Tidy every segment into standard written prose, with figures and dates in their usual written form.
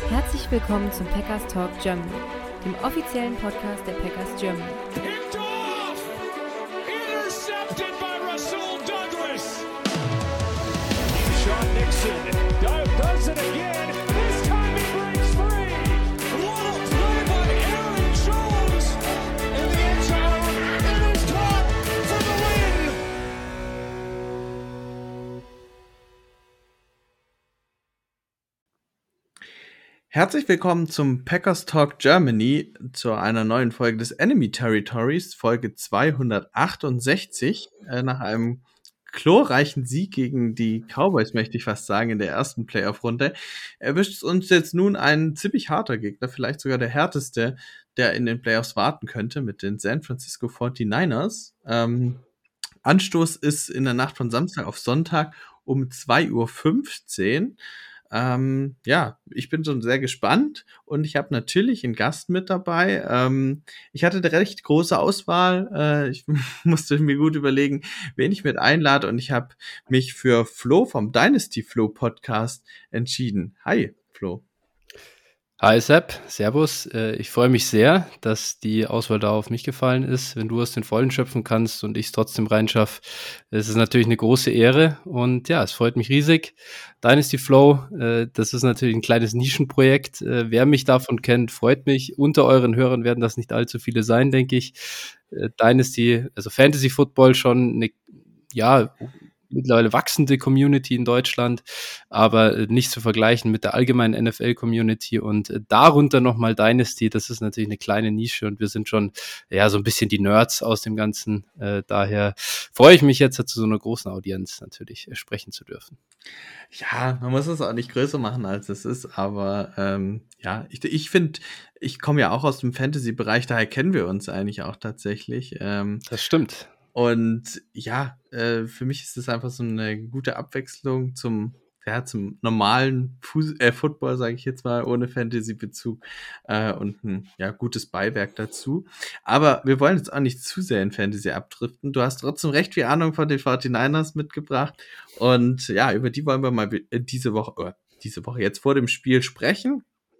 Herzlich willkommen zum Packers Talk Germany, dem offiziellen Podcast der Packers Germany. Picked off! Intercepted by Rasul Douglas! Sean Nixon does it again. This time he breaks free! What a play by Aaron Jones! In the end zone, it is caught for the win! Herzlich willkommen zum Packers Talk Germany, zu einer neuen Folge des Enemy Territories, Folge 268. Nach einem glorreichen Sieg gegen die Cowboys, möchte ich fast sagen, in der ersten Playoff-Runde, erwischt uns jetzt nun ein ziemlich harter Gegner, vielleicht sogar der härteste, der in den Playoffs warten könnte, mit den San Francisco 49ers. Anstoß ist in der Nacht von Samstag auf Sonntag um 2:15 Uhr. Ja, ich bin schon sehr gespannt und ich habe natürlich einen Gast mit dabei. Ich hatte eine recht große Auswahl. Ich musste mir gut überlegen, wen ich mit einlade, und ich habe mich für Flo vom Dynasty Flo Podcast entschieden. Hi, Flo. Hi Sepp, Servus. Ich freue mich sehr, dass die Auswahl da auf mich gefallen ist. Wenn du aus den Vollen schöpfen kannst und ich es trotzdem reinschaffe, ist es natürlich eine große Ehre. Und ja, es freut mich riesig. Dynasty Flow, das ist natürlich ein kleines Nischenprojekt. Wer mich davon kennt, freut mich. Unter euren Hörern werden das nicht allzu viele sein, denke ich. Dynasty, also Fantasy Football, schon eine, ja, mittlerweile wachsende Community in Deutschland, aber nicht zu vergleichen mit der allgemeinen NFL-Community, und darunter nochmal Dynasty, das ist natürlich eine kleine Nische und wir sind schon ja so ein bisschen die Nerds aus dem Ganzen. Daher freue ich mich jetzt, zu so einer großen Audienz natürlich sprechen zu dürfen. Ja, man muss es auch nicht größer machen, als es ist, aber ja, ich finde, ich komme ja auch aus dem Fantasy-Bereich, daher kennen wir uns eigentlich auch tatsächlich. Das stimmt. Und ja, für mich ist es einfach so eine gute Abwechslung zum normalen Football, sage ich jetzt mal, ohne Fantasy-Bezug, und ein gutes Beiwerk dazu. Aber wir wollen jetzt auch nicht zu sehr in Fantasy abdriften. Du hast trotzdem recht viel Ahnung von den 49ers mitgebracht. Und ja, über die wollen wir mal diese Woche jetzt vor dem Spiel sprechen.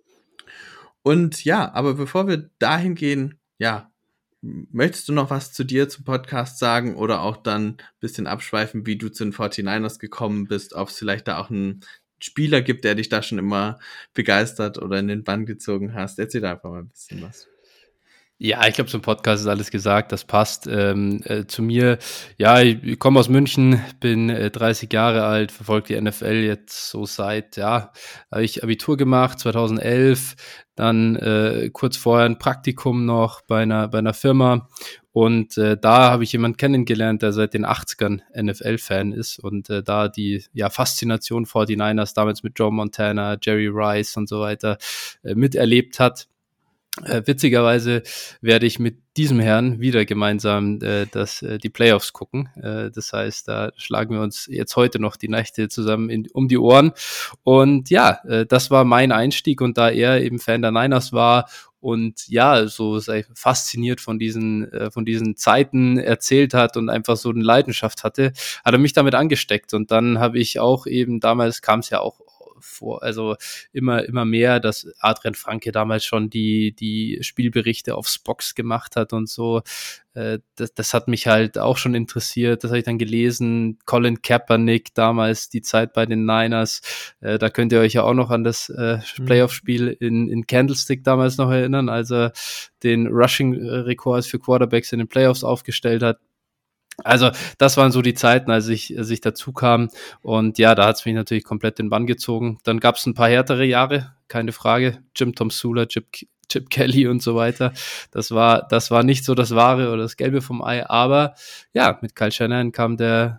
Und ja, aber bevor wir dahin gehen, ja, möchtest du noch was zu dir zum Podcast sagen oder auch dann ein bisschen abschweifen, wie du zu den 49ers gekommen bist, ob es vielleicht da auch einen Spieler gibt, der dich da schon immer begeistert oder in den Bann gezogen hast? Erzähl da einfach mal ein bisschen was. Ja, ich glaube, zum Podcast ist alles gesagt, das passt. Zu mir, ja, ich komme aus München, bin 30 Jahre alt, verfolge die NFL jetzt so seit, ja, habe ich Abitur gemacht, 2011, dann kurz vorher ein Praktikum noch bei einer Firma, und da habe ich jemanden kennengelernt, der seit den 80ern NFL-Fan ist und da die Faszination 49ers damals mit Joe Montana, Jerry Rice und so weiter miterlebt hat. Witzigerweise werde ich mit diesem Herrn wieder gemeinsam die Playoffs gucken. Das heißt, da schlagen wir uns jetzt heute noch die Nächte zusammen um die Ohren. Und ja, das war mein Einstieg, und da er eben Fan der Niners war und ja, so sei fasziniert von diesen Zeiten erzählt hat und einfach so eine Leidenschaft hatte, hat er mich damit angesteckt. Und dann habe ich auch eben, damals kam es ja auch vor, also immer mehr, dass Adrian Franke damals schon die Spielberichte auf Spox gemacht hat und so. Das hat mich halt auch schon interessiert. Das habe ich dann gelesen. Colin Kaepernick, damals die Zeit bei den Niners. Da könnt ihr euch ja auch noch an das Playoff-Spiel in Candlestick damals noch erinnern, als er den Rushing-Rekord für Quarterbacks in den Playoffs aufgestellt hat. Also das waren so die Zeiten, als ich dazu kam, und ja, da hat es mich natürlich komplett in den Bann gezogen. Dann gab es ein paar härtere Jahre, keine Frage, Jim Tomsula, Chip Kelly und so weiter. Das war nicht so das Wahre oder das Gelbe vom Ei, aber ja, mit Kyle Shanahan kam der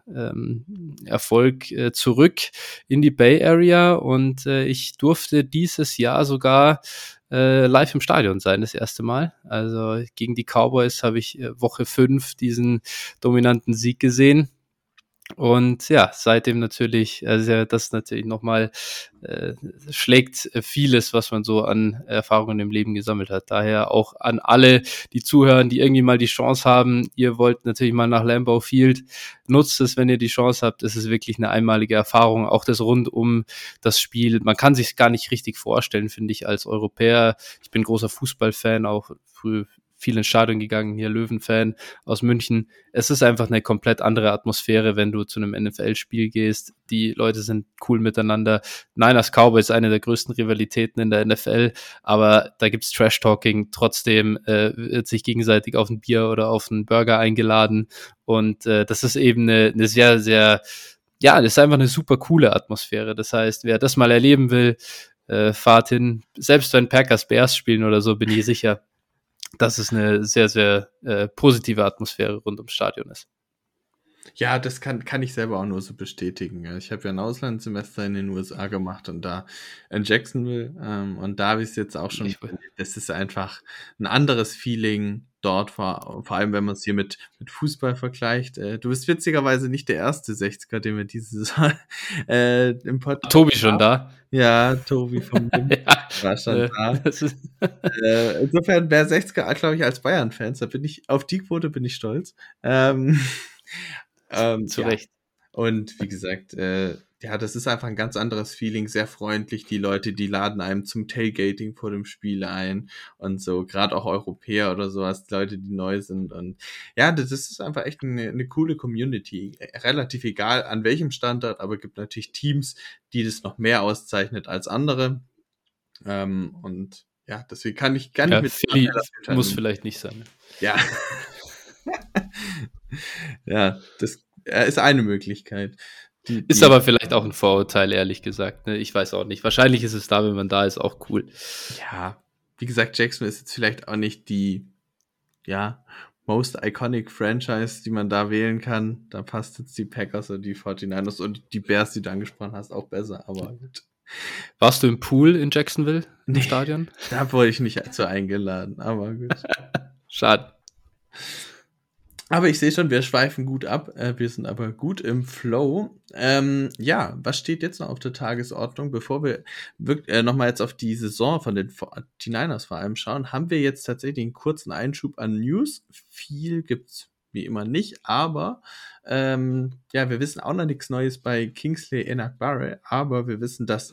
Erfolg zurück in die Bay Area, und ich durfte dieses Jahr sogar live im Stadion sein, das erste Mal. Also gegen die Cowboys habe ich Woche 5 diesen dominanten Sieg gesehen. Und ja, seitdem natürlich, also das natürlich nochmal schlägt vieles, was man so an Erfahrungen im Leben gesammelt hat. Daher auch an alle, die zuhören, die irgendwie mal die Chance haben, ihr wollt natürlich mal nach Lambeau Field, nutzt es, wenn ihr die Chance habt. Es ist wirklich eine einmalige Erfahrung, auch das rund um das Spiel. Man kann sich gar nicht richtig vorstellen, finde ich, als Europäer. Ich bin großer Fußballfan, auch früh viel ins Stadion gegangen, hier Löwen-Fan aus München. Es ist einfach eine komplett andere Atmosphäre, wenn du zu einem NFL-Spiel gehst. Die Leute sind cool miteinander. Niners Cowboys ist eine der größten Rivalitäten in der NFL, aber da gibt's Trash-Talking. Trotzdem wird sich gegenseitig auf ein Bier oder auf einen Burger eingeladen und das ist eben eine sehr, sehr, ja, das ist einfach eine super coole Atmosphäre. Das heißt, wer das mal erleben will, fahrt hin. Selbst wenn Packers Bears spielen oder so, bin ich sicher, dass es eine sehr, sehr positive Atmosphäre rund ums Stadion ist. Ja, das kann ich selber auch nur so bestätigen. Ich habe ja ein Auslandssemester in den USA gemacht und da in Jacksonville. Und da habe ich es jetzt auch schon, es ist einfach ein anderes Feeling dort, vor allem wenn man es hier mit Fußball vergleicht. Du bist witzigerweise nicht der erste 60er, den wir diese Saison im Podcast Tobi schon da? Ja, Tobi vom Lim war schon da. Insofern wäre 60er, glaube ich, als Bayern-Fans, auf die Quote bin ich stolz. Zu Recht. Und wie gesagt, ja, das ist einfach ein ganz anderes Feeling, sehr freundlich. Die Leute, die laden einem zum Tailgating vor dem Spiel ein und so, gerade auch Europäer oder sowas, Leute, die neu sind. Und ja, das ist einfach echt eine coole Community. Relativ egal an welchem Standort, aber gibt natürlich Teams, die das noch mehr auszeichnet als andere. Und ja, deswegen kann ich gar nicht mit Philly muss vielleicht nicht sein. Ja. Ja, das ist eine Möglichkeit. Ist aber vielleicht auch ein Vorurteil, ehrlich gesagt. Ne? Ich weiß auch nicht. Wahrscheinlich ist es da, wenn man da ist, auch cool. Ja, wie gesagt, Jacksonville ist jetzt vielleicht auch nicht die, ja, most iconic Franchise, die man da wählen kann. Da passt jetzt die Packers und die 49ers und die Bears, die du angesprochen hast, auch besser, aber gut. Warst du im Pool in Jacksonville, im Stadion? Da wurde ich nicht dazu eingeladen, aber gut. Schade. Aber ich sehe schon, wir schweifen gut ab. Wir sind aber gut im Flow. Ja, was steht jetzt noch auf der Tagesordnung? Bevor wir nochmal jetzt auf die Saison von den 49ers vor allem schauen, haben wir jetzt tatsächlich einen kurzen Einschub an News. Viel gibt's wie immer nicht, aber ja, wir wissen auch noch nichts Neues bei Kingsley Enagbare, aber wir wissen, dass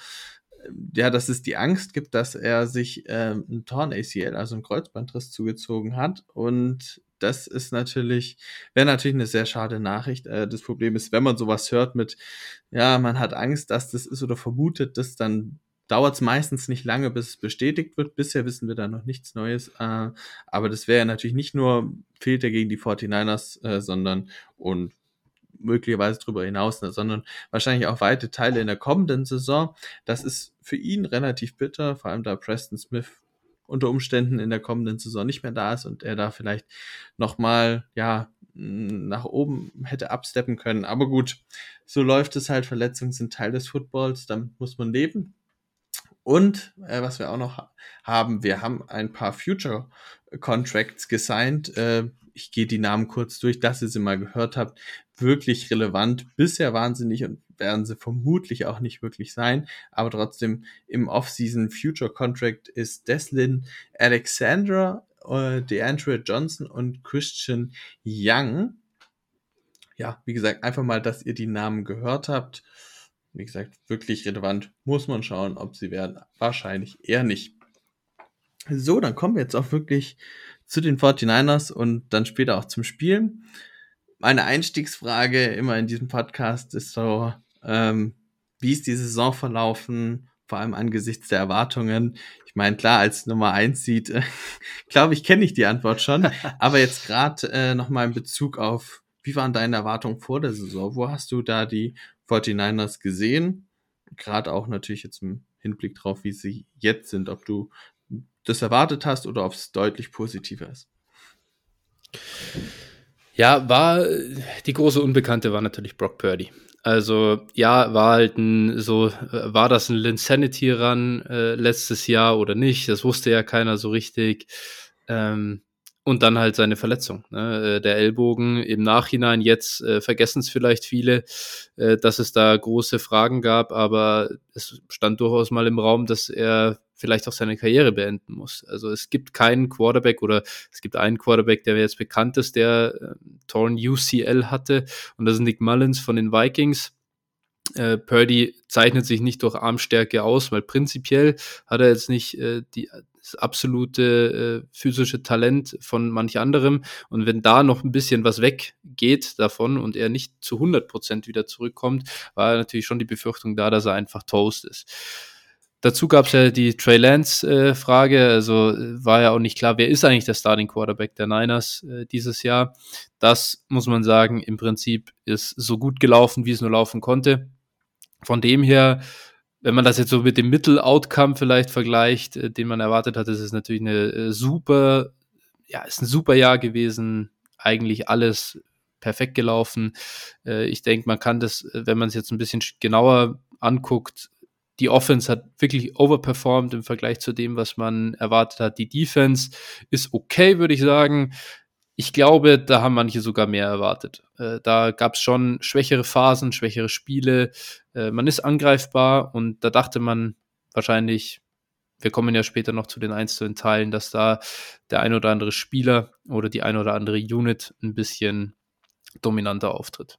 dass es die Angst gibt, dass er sich ein Torn-ACL, also einen Kreuzbandriss zugezogen hat und das wäre natürlich eine sehr schade Nachricht. Das Problem ist, wenn man sowas hört man hat Angst, dass das ist oder vermutet, dann dauert es meistens nicht lange, bis es bestätigt wird. Bisher wissen wir da noch nichts Neues. Aber das wäre natürlich nicht nur fehlt er gegen die 49ers, sondern und möglicherweise darüber hinaus, sondern wahrscheinlich auch weite Teile in der kommenden Saison. Das ist für ihn relativ bitter, vor allem da Preston Smith unter Umständen in der kommenden Saison nicht mehr da ist und er da vielleicht nochmal, nach oben hätte absteppen können. Aber gut, so läuft es halt. Verletzungen sind Teil des Footballs, damit muss man leben. Und was wir auch noch haben, wir haben ein paar Future Contracts gesigned. Ich gehe die Namen kurz durch, dass ihr sie mal gehört habt. Wirklich relevant, bisher wahnsinnig und werden sie vermutlich auch nicht wirklich sein. Aber trotzdem im Offseason Future Contract ist Deslin Alexander, DeAndre Johnson und Christian Young. Ja, wie gesagt, einfach mal, dass ihr die Namen gehört habt. Wie gesagt, wirklich relevant. Muss man schauen, ob sie werden. Wahrscheinlich eher nicht. So, dann kommen wir jetzt auch wirklich zu den 49ers und dann später auch zum Spiel. Meine Einstiegsfrage immer in diesem Podcast ist so, wie ist die Saison verlaufen, vor allem angesichts der Erwartungen? Ich meine, klar, als Nummer 1 Seed, glaube ich, kenne ich die Antwort schon. Aber jetzt gerade nochmal in Bezug auf, wie waren deine Erwartungen vor der Saison? Wo hast du da die 49ers gesehen? Gerade auch natürlich jetzt im Hinblick drauf, wie sie jetzt sind, ob du das erwartet hast oder ob es deutlich positiver ist. Ja, die große Unbekannte war natürlich Brock Purdy. Also ja, war das ein Linsanity-Run letztes Jahr oder nicht? Das wusste ja keiner so richtig. Und dann halt seine Verletzung, ne? Der Ellbogen im Nachhinein, jetzt vergessen es vielleicht viele, dass es da große Fragen gab, aber es stand durchaus mal im Raum, dass er vielleicht auch seine Karriere beenden muss. Also es gibt keinen Quarterback oder es gibt einen Quarterback, der jetzt bekannt ist, der torn UCL hatte, und das ist Nick Mullins von den Vikings. Purdy zeichnet sich nicht durch Armstärke aus, weil prinzipiell hat er jetzt nicht das absolute physische Talent von manch anderem. Und wenn da noch ein bisschen was weggeht davon und er nicht zu 100% wieder zurückkommt, war natürlich schon die Befürchtung da, dass er einfach Toast ist. Dazu gab es ja die Trey Lance-Frage, also war ja auch nicht klar, wer ist eigentlich der Starting Quarterback der Niners dieses Jahr. Das, muss man sagen, im Prinzip ist so gut gelaufen, wie es nur laufen konnte. Von dem her, wenn man das jetzt so mit dem Mittel-Outcome vielleicht vergleicht, den man erwartet hat, ist es natürlich ist ein super Jahr gewesen, eigentlich alles perfekt gelaufen. Ich denke, man kann das, wenn man es jetzt ein bisschen genauer anguckt, die Offense hat wirklich overperformed im Vergleich zu dem, was man erwartet hat. Die Defense ist okay, würde ich sagen. Ich glaube, da haben manche sogar mehr erwartet. Da gab es schon schwächere Phasen, schwächere Spiele. Man ist angreifbar und da dachte man wahrscheinlich, wir kommen ja später noch zu den einzelnen Teilen, dass da der ein oder andere Spieler oder die ein oder andere Unit ein bisschen dominanter auftritt.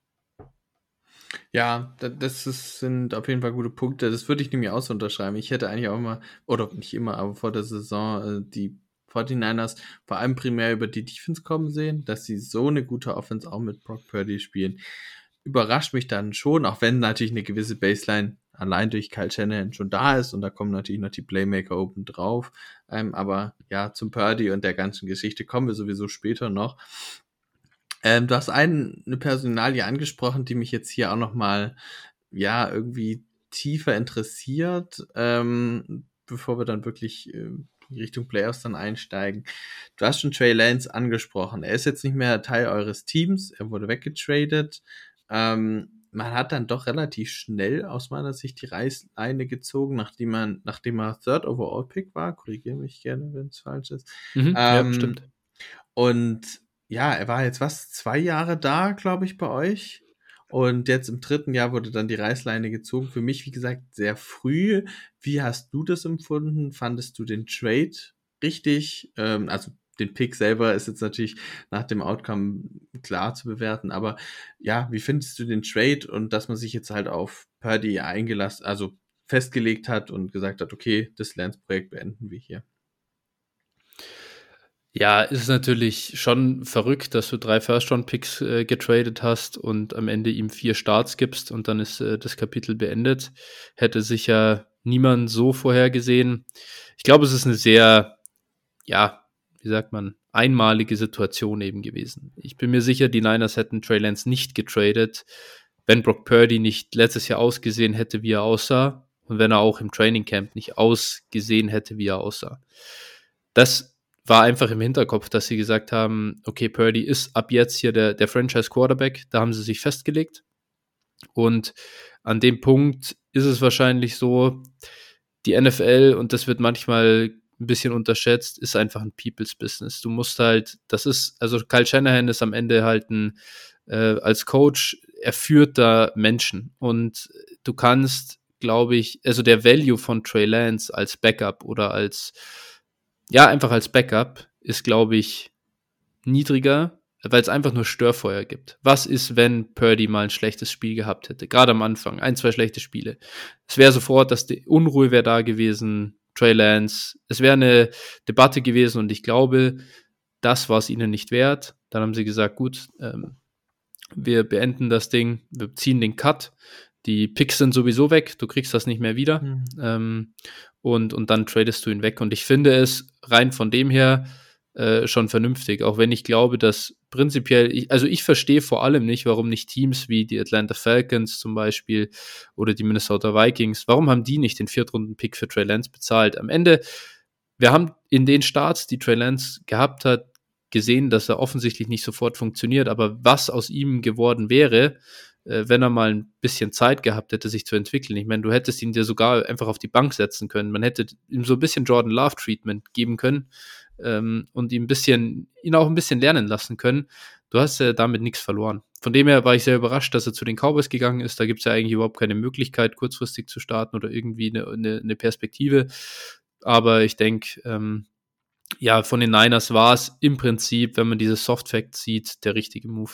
Ja, sind auf jeden Fall gute Punkte. Das würde ich nämlich auch so unterschreiben. Ich hätte eigentlich auch immer, oder nicht immer, aber vor der Saison die 49ers vor allem primär über die Defense kommen sehen, dass sie so eine gute Offense auch mit Brock Purdy spielen. Überrascht mich dann schon, auch wenn natürlich eine gewisse Baseline allein durch Kyle Shanahan schon da ist und da kommen natürlich noch die Playmaker oben drauf. Aber ja, zum Purdy und der ganzen Geschichte kommen wir sowieso später noch. Du hast eine Personalie angesprochen, die mich jetzt hier auch nochmal, ja, irgendwie tiefer interessiert, bevor wir dann wirklich in Richtung Playoffs dann einsteigen. Du hast schon Trey Lance angesprochen. Er ist jetzt nicht mehr Teil eures Teams, er wurde weggetradet. Man hat dann doch relativ schnell aus meiner Sicht die Reißleine gezogen, nachdem er Third Overall Pick war. Korrigiere mich gerne, wenn es falsch ist. Ja, stimmt. Und ja, er war jetzt 2 Jahre da, glaube ich, bei euch. Und jetzt im 3. Jahr wurde dann die Reißleine gezogen. Für mich, wie gesagt, sehr früh. Wie hast du das empfunden? Fandest du den Trade richtig? Also den Pick selber ist jetzt natürlich nach dem Outcome klar zu bewerten. Aber ja, wie findest du den Trade und dass man sich jetzt halt auf Purdy festgelegt hat und gesagt hat, okay, das Lance-Projekt beenden wir hier? Ja, es ist natürlich schon verrückt, dass du 3 First-Round-Picks getradet hast und am Ende ihm 4 Starts gibst und dann ist das Kapitel beendet. Hätte sicher niemand so vorhergesehen. Ich glaube, es ist eine sehr, einmalige Situation eben gewesen. Ich bin mir sicher, die Niners hätten Trey Lance nicht getradet, wenn Brock Purdy nicht letztes Jahr ausgesehen hätte, wie er aussah und wenn er auch im Training Camp nicht ausgesehen hätte, wie er aussah. Das war einfach im Hinterkopf, dass sie gesagt haben, okay, Purdy ist ab jetzt hier der Franchise-Quarterback, da haben sie sich festgelegt. Und an dem Punkt ist es wahrscheinlich so, die NFL, und das wird manchmal ein bisschen unterschätzt, ist einfach ein People's Business. Du musst halt, Kyle Shanahan ist am Ende halt als Coach, er führt da Menschen. Und du kannst, glaube ich, also der Value von Trey Lance als Backup oder einfach als Backup ist, glaube ich, niedriger, weil es einfach nur Störfeuer gibt. Was ist, wenn Purdy mal ein schlechtes Spiel gehabt hätte? Gerade am Anfang, 1, 2 schlechte Spiele. Es wäre sofort, dass die Unruhe wäre da gewesen, Trey Lance. Es wäre eine Debatte gewesen und ich glaube, das war es ihnen nicht wert. Dann haben sie gesagt, gut, wir beenden das Ding, wir ziehen den Cut. Die Picks sind sowieso weg, du kriegst das nicht mehr wieder. Und dann tradest du ihn weg. Und ich finde es rein von dem her schon vernünftig, auch wenn ich glaube, dass prinzipiell, ich verstehe vor allem nicht, warum nicht Teams wie die Atlanta Falcons zum Beispiel oder die Minnesota Vikings, warum haben die nicht den 4-Runden-Pick für Trey Lance bezahlt? Am Ende, wir haben in den Starts, die Trey Lance gehabt hat, gesehen, dass er offensichtlich nicht sofort funktioniert, aber was aus ihm geworden wäre, wenn er mal ein bisschen Zeit gehabt hätte, sich zu entwickeln. Ich meine, du hättest ihn dir sogar einfach auf die Bank setzen können. Man hätte ihm so ein bisschen Jordan Love-Treatment geben können. und ihn auch ein bisschen lernen lassen können. Du hast ja damit nichts verloren. Von dem her war ich sehr überrascht, dass er zu den Cowboys gegangen ist. Da gibt es ja eigentlich überhaupt keine Möglichkeit, kurzfristig zu starten oder irgendwie eine Perspektive. Aber ich denke, ja, von den Niners war es im Prinzip, wenn man diese Soft Facts sieht, der richtige Move.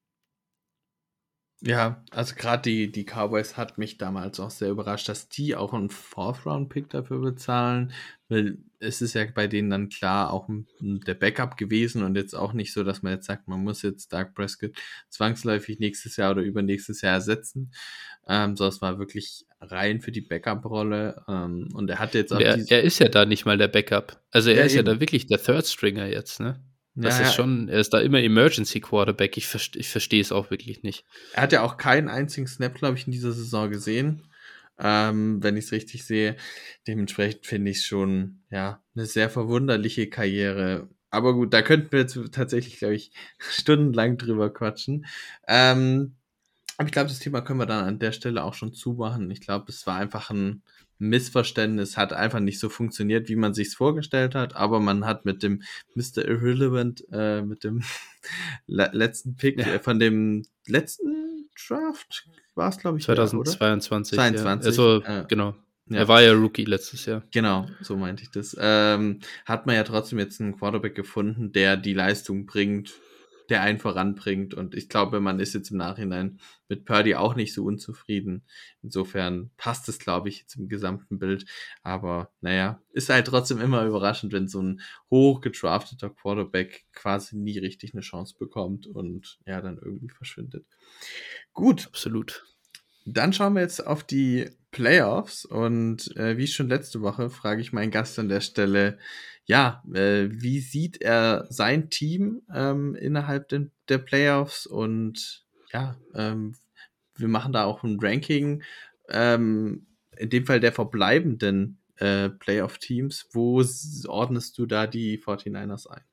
Ja, also gerade die Cowboys hat mich damals auch sehr überrascht, dass die auch einen Fourth-Round-Pick dafür bezahlen, weil es ist ja bei denen dann klar auch der Backup gewesen und jetzt auch nicht so, dass man jetzt sagt, man muss jetzt Dak Prescott zwangsläufig nächstes Jahr oder übernächstes Jahr ersetzen, sondern es war wirklich rein für die Backup-Rolle und er hatte jetzt auch er ist ja da nicht mal der Backup. Also er ist eben. ja da wirklich der Third Stringer jetzt, ne? Das Ja, ist schon, er ist da immer Emergency Quarterback. Ich verstehe es auch wirklich nicht. er hat ja auch keinen einzigen Snap, glaube ich, in dieser Saison gesehen, wenn ich es richtig sehe. Dementsprechend finde ich es schon, ja, eine sehr verwunderliche Karriere. Aber gut, da könnten wir jetzt tatsächlich, glaube ich, stundenlang drüber quatschen. Aber ich glaube, das Thema können wir dann an der Stelle auch schon zumachen. Ich glaube, es war einfach ein Missverständnis, hat einfach nicht so funktioniert, wie man sich's vorgestellt hat, aber man hat mit dem Mr. Irrelevant, mit dem letzten Pick von dem letzten Draft, war es, glaube ich, 2022. Ja, oder? 22. Also, genau. Ja. Er war ja Rookie letztes Jahr. Genau, so meinte ich das. Hat man ja trotzdem jetzt einen Quarterback gefunden, der die Leistung bringt, der einen voranbringt. Und ich glaube, man ist jetzt im Nachhinein mit Purdy auch nicht so unzufrieden. Insofern passt es, glaube ich, jetzt im gesamten Bild. Aber naja, ist halt trotzdem immer überraschend, wenn so ein hoch gedrafteter Quarterback quasi nie richtig eine Chance bekommt und ja, dann irgendwie verschwindet. Gut. Absolut. Dann schauen wir jetzt auf die Playoffs und wie schon letzte Woche frage ich meinen Gast an der Stelle, ja, wie sieht er sein Team innerhalb der Playoffs und ja, wir machen da auch ein Ranking, in dem Fall der verbleibenden Playoff-Teams. Wo ordnest du da die 49ers ein?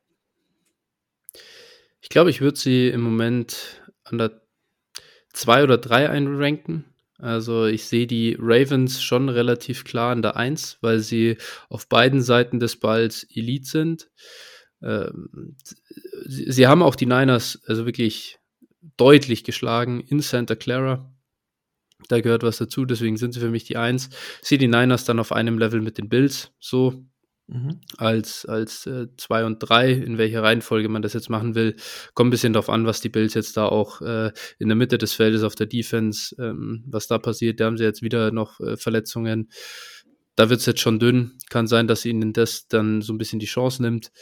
Ich glaube, ich würde sie im Moment an der 2 oder 3 einranken. Also ich sehe die Ravens schon relativ klar an der 1, weil sie auf beiden Seiten des Balls Elite sind. Sie haben auch die Niners also wirklich deutlich geschlagen in Santa Clara. Da gehört was dazu, deswegen sind sie für mich die 1. Ich sehe die Niners dann auf einem Level mit den Bills, so als 2 und 3, in welcher Reihenfolge man das jetzt machen will. Kommt ein bisschen darauf an, was die Bills jetzt da auch in der Mitte des Feldes auf der Defense, was da passiert. Da haben sie jetzt wieder noch Verletzungen. Da wird es jetzt schon dünn. Kann sein, dass ihnen das dann so ein bisschen die Chance nimmt.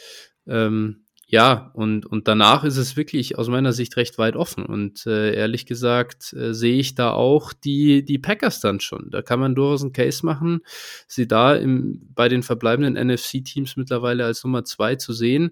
Ja, und danach ist es wirklich aus meiner Sicht recht weit offen. Und ehrlich gesagt sehe ich da auch die Packers dann schon. Da kann man durchaus einen Case machen, sie da bei den verbleibenden NFC-Teams mittlerweile als Nummer 2 zu sehen.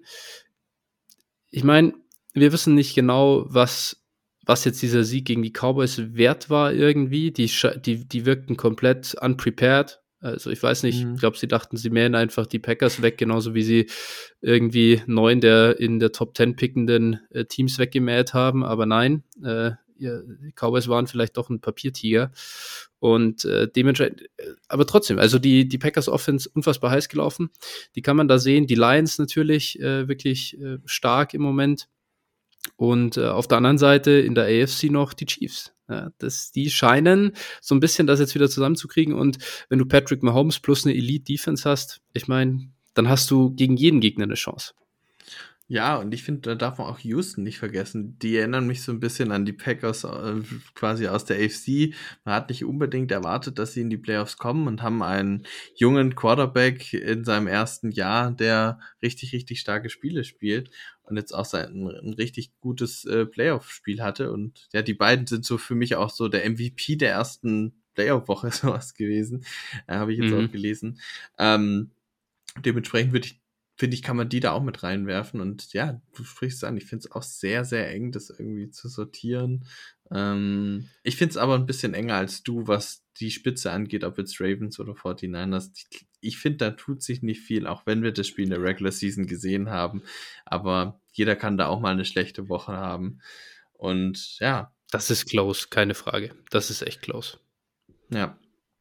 Ich meine, wir wissen nicht genau, was jetzt dieser Sieg gegen die Cowboys wert war irgendwie. Die wirkten komplett unprepared. Also ich weiß nicht, ich glaube, sie dachten, sie mähen einfach die Packers weg, genauso wie sie irgendwie 9 der in der Top 10 pickenden Teams weggemäht haben. Aber nein, die Cowboys waren vielleicht doch ein Papiertiger. Und dementsprechend, aber trotzdem, also die Packers Offense unfassbar heiß gelaufen. Die kann man da sehen. Die Lions natürlich wirklich stark im Moment. Und auf der anderen Seite in der AFC noch die Chiefs. Ja, die scheinen so ein bisschen das jetzt wieder zusammenzukriegen. Und wenn du Patrick Mahomes plus eine Elite-Defense hast, ich meine, dann hast du gegen jeden Gegner eine Chance. Ja, und ich finde, da darf man auch Houston nicht vergessen. Die erinnern mich so ein bisschen an die Packers quasi aus der AFC. Man hat nicht unbedingt erwartet, dass sie in die Playoffs kommen und haben einen jungen Quarterback in seinem ersten Jahr, der richtig, richtig starke Spiele spielt und jetzt auch ein richtig gutes Playoff-Spiel hatte. Und ja, die beiden sind so für mich auch so der MVP der ersten Playoff-Woche sowas gewesen. Habe ich jetzt auch gelesen. Dementsprechend finde ich, kann man die da auch mit reinwerfen. Und ja, du sprichst es an. Ich finde es auch sehr, sehr eng, das irgendwie zu sortieren. Ich finde es aber ein bisschen enger als du, was die Spitze angeht, ob jetzt Ravens oder 49ers. Ich finde, da tut sich nicht viel, auch wenn wir das Spiel in der Regular Season gesehen haben. Aber jeder kann da auch mal eine schlechte Woche haben. Und ja. Das ist close, keine Frage. Das ist echt close. Ja.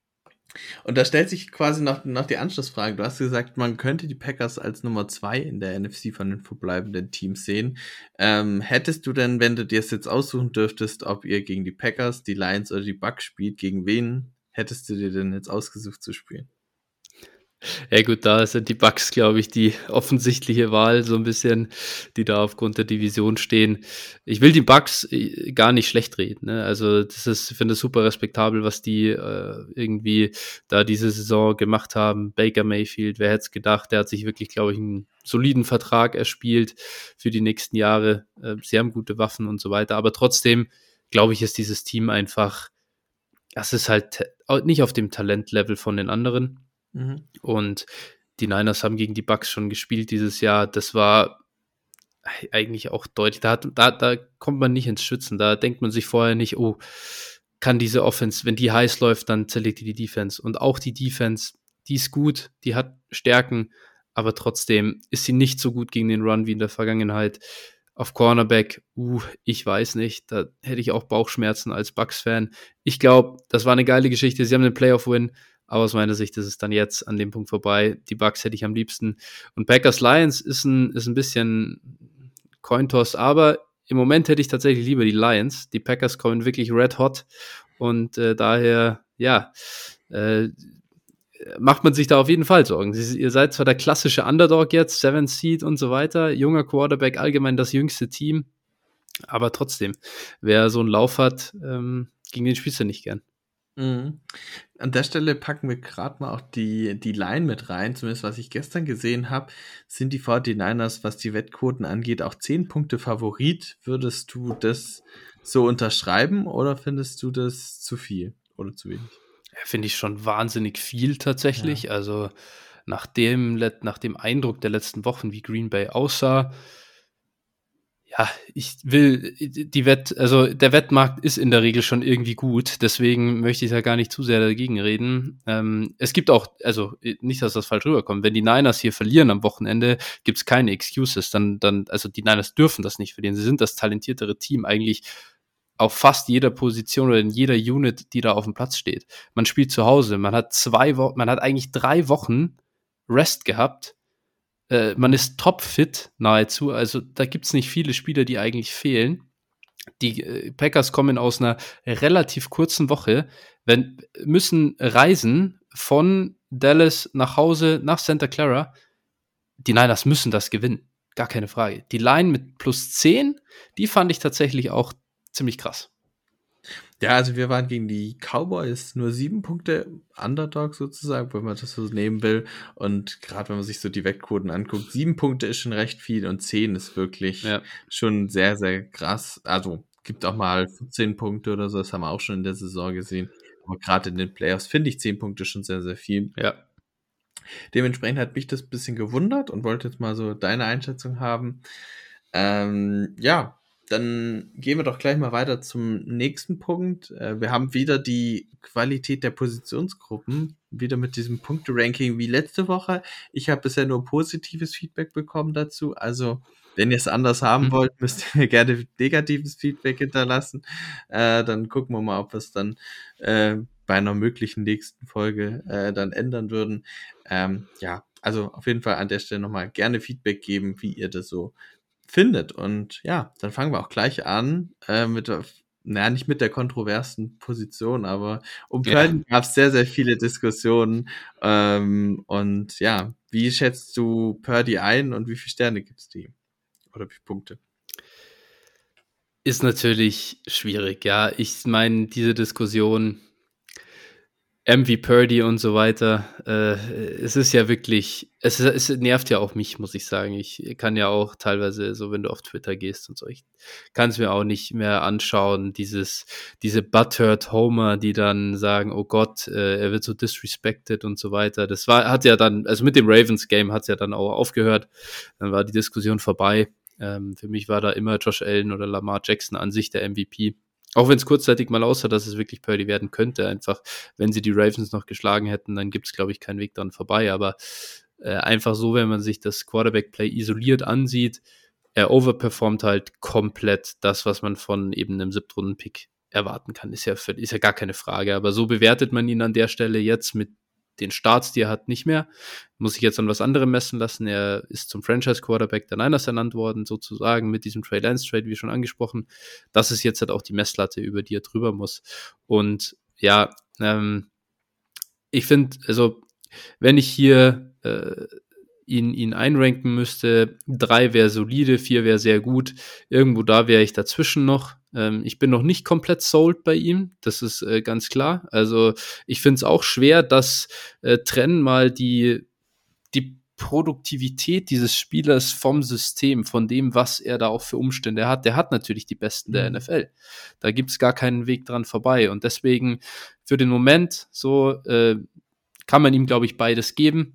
Und da stellt sich quasi noch die Anschlussfrage. Du hast gesagt, man könnte die Packers als Nummer 2 in der NFC von den verbleibenden Teams sehen. Hättest du denn, wenn du dir es jetzt aussuchen dürftest, ob ihr gegen die Packers, die Lions oder die Bucks spielt, gegen wen hättest du dir denn jetzt ausgesucht zu spielen? Ja gut, da sind die Bucks, glaube ich, die offensichtliche Wahl, so ein bisschen, die da aufgrund der Division stehen. Ich will die Bucks gar nicht schlecht reden. Ne? Also ich finde es super respektabel, was die irgendwie da diese Saison gemacht haben. Baker Mayfield, wer hätte es gedacht, der hat sich wirklich, glaube ich, einen soliden Vertrag erspielt für die nächsten Jahre. Sie haben gute Waffen und so weiter, aber trotzdem, glaube ich, ist dieses Team einfach, das ist halt nicht auf dem Talentlevel von den anderen. Und die Niners haben gegen die Bucks schon gespielt dieses Jahr. Das war eigentlich auch deutlich. Da kommt man nicht ins Schwitzen. Da denkt man sich vorher nicht, oh, kann diese Offense, wenn die heiß läuft, dann zerlegt die Defense. Und auch die Defense, die ist gut, die hat Stärken, aber trotzdem ist sie nicht so gut gegen den Run wie in der Vergangenheit. Auf Cornerback, ich weiß nicht, da hätte ich auch Bauchschmerzen als Bucks-Fan. Ich glaube, das war eine geile Geschichte. Sie haben einen Playoff-Win, aber aus meiner Sicht ist es dann jetzt an dem Punkt vorbei. Die Bucks hätte ich am liebsten. Und Packers Lions ist ein bisschen Cointoss, aber im Moment hätte ich tatsächlich lieber die Lions. Die Packers kommen wirklich red hot und daher, ja, macht man sich da auf jeden Fall Sorgen. Ihr seid zwar der klassische Underdog jetzt, 7 Seed und so weiter, junger Quarterback, allgemein das jüngste Team, aber trotzdem, wer so einen Lauf hat, gegen den spielst du nicht gern. Mhm. An der Stelle packen wir gerade mal auch die Line mit rein, zumindest was ich gestern gesehen habe, sind die 49ers, was die Wettquoten angeht, auch 10 Punkte Favorit. Würdest du das so unterschreiben oder findest du das zu viel oder zu wenig? Ja, finde ich schon wahnsinnig viel tatsächlich. Ja. Also nach dem Eindruck der letzten Wochen, wie Green Bay aussah, ja, der Wettmarkt ist in der Regel schon irgendwie gut, deswegen möchte ich da gar nicht zu sehr dagegen reden. Es gibt auch, also nicht, dass das falsch rüberkommt, wenn die Niners hier verlieren am Wochenende, gibt's keine Excuses, also die Niners dürfen das nicht verlieren, sie sind das talentiertere Team eigentlich auf fast jeder Position oder in jeder Unit, die da auf dem Platz steht. Man spielt zu Hause, man hat eigentlich 3 Wochen Rest gehabt. Man ist topfit nahezu, also da gibt's nicht viele Spieler, die eigentlich fehlen. Die Packers kommen aus einer relativ kurzen Woche, müssen reisen von Dallas nach Hause nach Santa Clara. Die Niners müssen das gewinnen, gar keine Frage. Die Line mit +10, die fand ich tatsächlich auch ziemlich krass. Ja, also wir waren gegen die Cowboys nur 7 Punkte Underdog sozusagen, wenn man das so nehmen will. Und gerade wenn man sich so die Wettquoten anguckt, 7 Punkte ist schon recht viel und 10 ist wirklich schon sehr, sehr krass. Also gibt auch mal 14 Punkte oder so, das haben wir auch schon in der Saison gesehen. Aber gerade in den Playoffs finde ich 10 Punkte schon sehr, sehr viel. Ja. Dementsprechend hat mich das ein bisschen gewundert und wollte jetzt mal so deine Einschätzung haben. Ja, dann gehen wir doch gleich mal weiter zum nächsten Punkt. Wir haben wieder die Qualität der Positionsgruppen, wieder mit diesem Punkte-Ranking wie letzte Woche. Ich habe bisher nur positives Feedback bekommen dazu. Also, wenn ihr es anders haben wollt, müsst ihr mir gerne negatives Feedback hinterlassen. Dann gucken wir mal, ob wir es dann bei einer möglichen nächsten Folge dann ändern würden. Ja, also auf jeden Fall an der Stelle nochmal gerne Feedback geben, wie ihr das so findet. Und ja, dann fangen wir auch gleich an nicht mit der kontroversen Position, aber um Purdy gab es sehr, sehr viele Diskussionen. Und ja, wie schätzt du Purdy ein und wie viele Sterne gibst du ihm? Oder wie viele Punkte? Ist natürlich schwierig, ja. Ich meine, diese Diskussion MV Purdy und so weiter, es ist ja wirklich, es nervt ja auch mich, muss ich sagen. Ich kann ja auch teilweise, so wenn du auf Twitter gehst und so, ich kann es mir auch nicht mehr anschauen, diese Butthurt Homer, die dann sagen, oh Gott, er wird so disrespected und so weiter. Hat ja dann, also mit dem Ravens-Game hat es ja dann auch aufgehört, dann war die Diskussion vorbei. Für mich war da immer Josh Allen oder Lamar Jackson an sich der MVP. Auch wenn es kurzzeitig mal aussah, dass es wirklich Purdy werden könnte, einfach, wenn sie die Ravens noch geschlagen hätten, dann gibt es, glaube ich, keinen Weg dran vorbei, aber einfach so, wenn man sich das Quarterback-Play isoliert ansieht, er overperformt halt komplett das, was man von eben einem 7. Runden-Pick erwarten kann, ist ja gar keine Frage. Aber so bewertet man ihn an der Stelle jetzt mit den Starts, die er hat, nicht mehr. Muss ich jetzt an was anderem messen lassen. Er ist zum Franchise-Quarterback der Niners ernannt worden, sozusagen mit diesem Trey Lance-Trade, wie schon angesprochen. Das ist jetzt halt auch die Messlatte, über die er drüber muss. Und ja, ich finde, also wenn ich hier ihn einranken müsste, 3 wäre solide, 4 wäre sehr gut. Irgendwo da wäre ich dazwischen noch. Ich bin noch nicht komplett sold bei ihm, das ist ganz klar. Also ich finde es auch schwer, dass trennen mal die Produktivität dieses Spielers vom System, von dem, was er da auch für Umstände hat. Der hat natürlich die Besten der NFL. Da gibt es gar keinen Weg dran vorbei. Und deswegen für den Moment so kann man ihm, glaube ich, beides geben.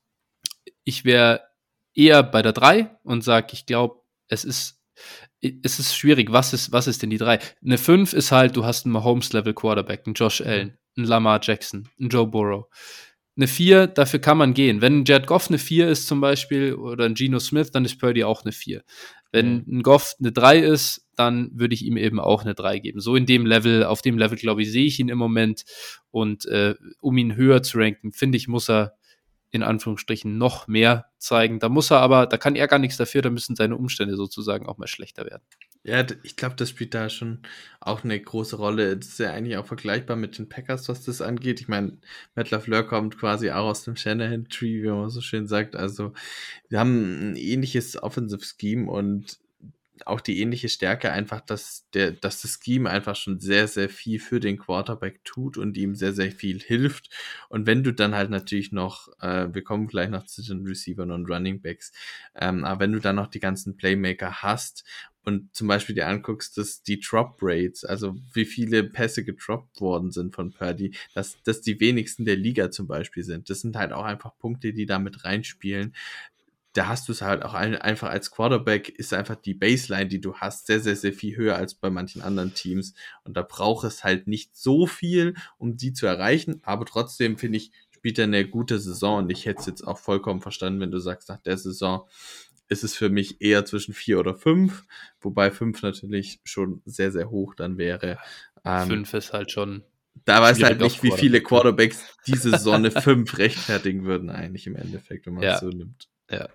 Ich wäre eher bei der 3 und sage, ich glaube, es ist schwierig. Was ist denn die 3? Eine 5 ist halt, du hast einen Mahomes-Level-Quarterback, einen Josh Allen, einen Lamar Jackson, einen Joe Burrow. Eine 4, dafür kann man gehen. Wenn ein Jared Goff eine 4 ist zum Beispiel oder ein Geno Smith, dann ist Purdy auch eine 4. Wenn ein Goff eine 3 ist, dann würde ich ihm eben auch eine 3 geben. So auf dem Level, glaube ich, sehe ich ihn im Moment. Und um ihn höher zu ranken, finde ich, muss er in Anführungsstrichen noch mehr zeigen. Da kann er gar nichts dafür, da müssen seine Umstände sozusagen auch mal schlechter werden. Ja, ich glaube, das spielt da schon auch eine große Rolle. Das ist ja eigentlich auch vergleichbar mit den Packers, was das angeht. Ich meine, Matt LaFleur kommt quasi auch aus dem Shanahan-Tree, wie man so schön sagt. Also wir haben ein ähnliches Offensive Scheme und auch die ähnliche Stärke einfach, dass das Scheme einfach schon sehr, sehr viel für den Quarterback tut und ihm sehr, sehr viel hilft. Und wenn du dann halt natürlich noch, wir kommen gleich noch zu den Receivern und Running Backs, aber wenn du dann noch die ganzen Playmaker hast und zum Beispiel dir anguckst, dass die Drop Rates, also wie viele Pässe gedroppt worden sind von Purdy, dass die wenigsten der Liga zum Beispiel sind. Das sind halt auch einfach Punkte, die da mit reinspielen. Da hast du es halt auch einfach als Quarterback, ist einfach die Baseline, die du hast, sehr, sehr, sehr viel höher als bei manchen anderen Teams. Und da braucht es halt nicht so viel, um die zu erreichen. Aber trotzdem, finde ich, spielt er eine gute Saison. Und ich hätte es jetzt auch vollkommen verstanden, wenn du sagst, nach der Saison ist es für mich eher zwischen 4 oder 5. Wobei 5 natürlich schon sehr, sehr hoch dann wäre. 5 ist halt schon... Da weiß halt nicht, wie viele Quarterbacks diese Saison eine 5 rechtfertigen würden eigentlich im Endeffekt, wenn man es so nimmt.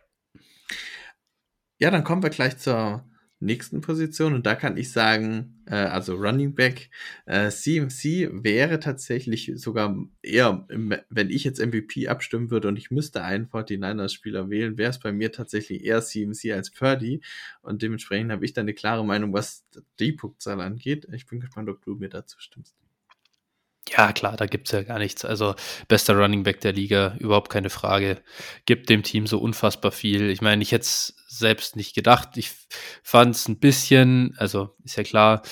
Ja, dann kommen wir gleich zur nächsten Position und da kann ich sagen, also Running Back, CMC wäre tatsächlich sogar eher, wenn ich jetzt MVP abstimmen würde und ich müsste einen 49ers-Spieler wählen, wäre es bei mir tatsächlich eher CMC als Purdy und dementsprechend habe ich dann eine klare Meinung, was die Punktzahl angeht. Ich bin gespannt, ob du mir dazu stimmst. Ja, klar, da gibt's ja gar nichts. Also bester Running Back der Liga, überhaupt keine Frage. Gibt dem Team so unfassbar viel. Ich meine, ich hätte es selbst nicht gedacht. Ich fand es ein bisschen, also ist ja klar,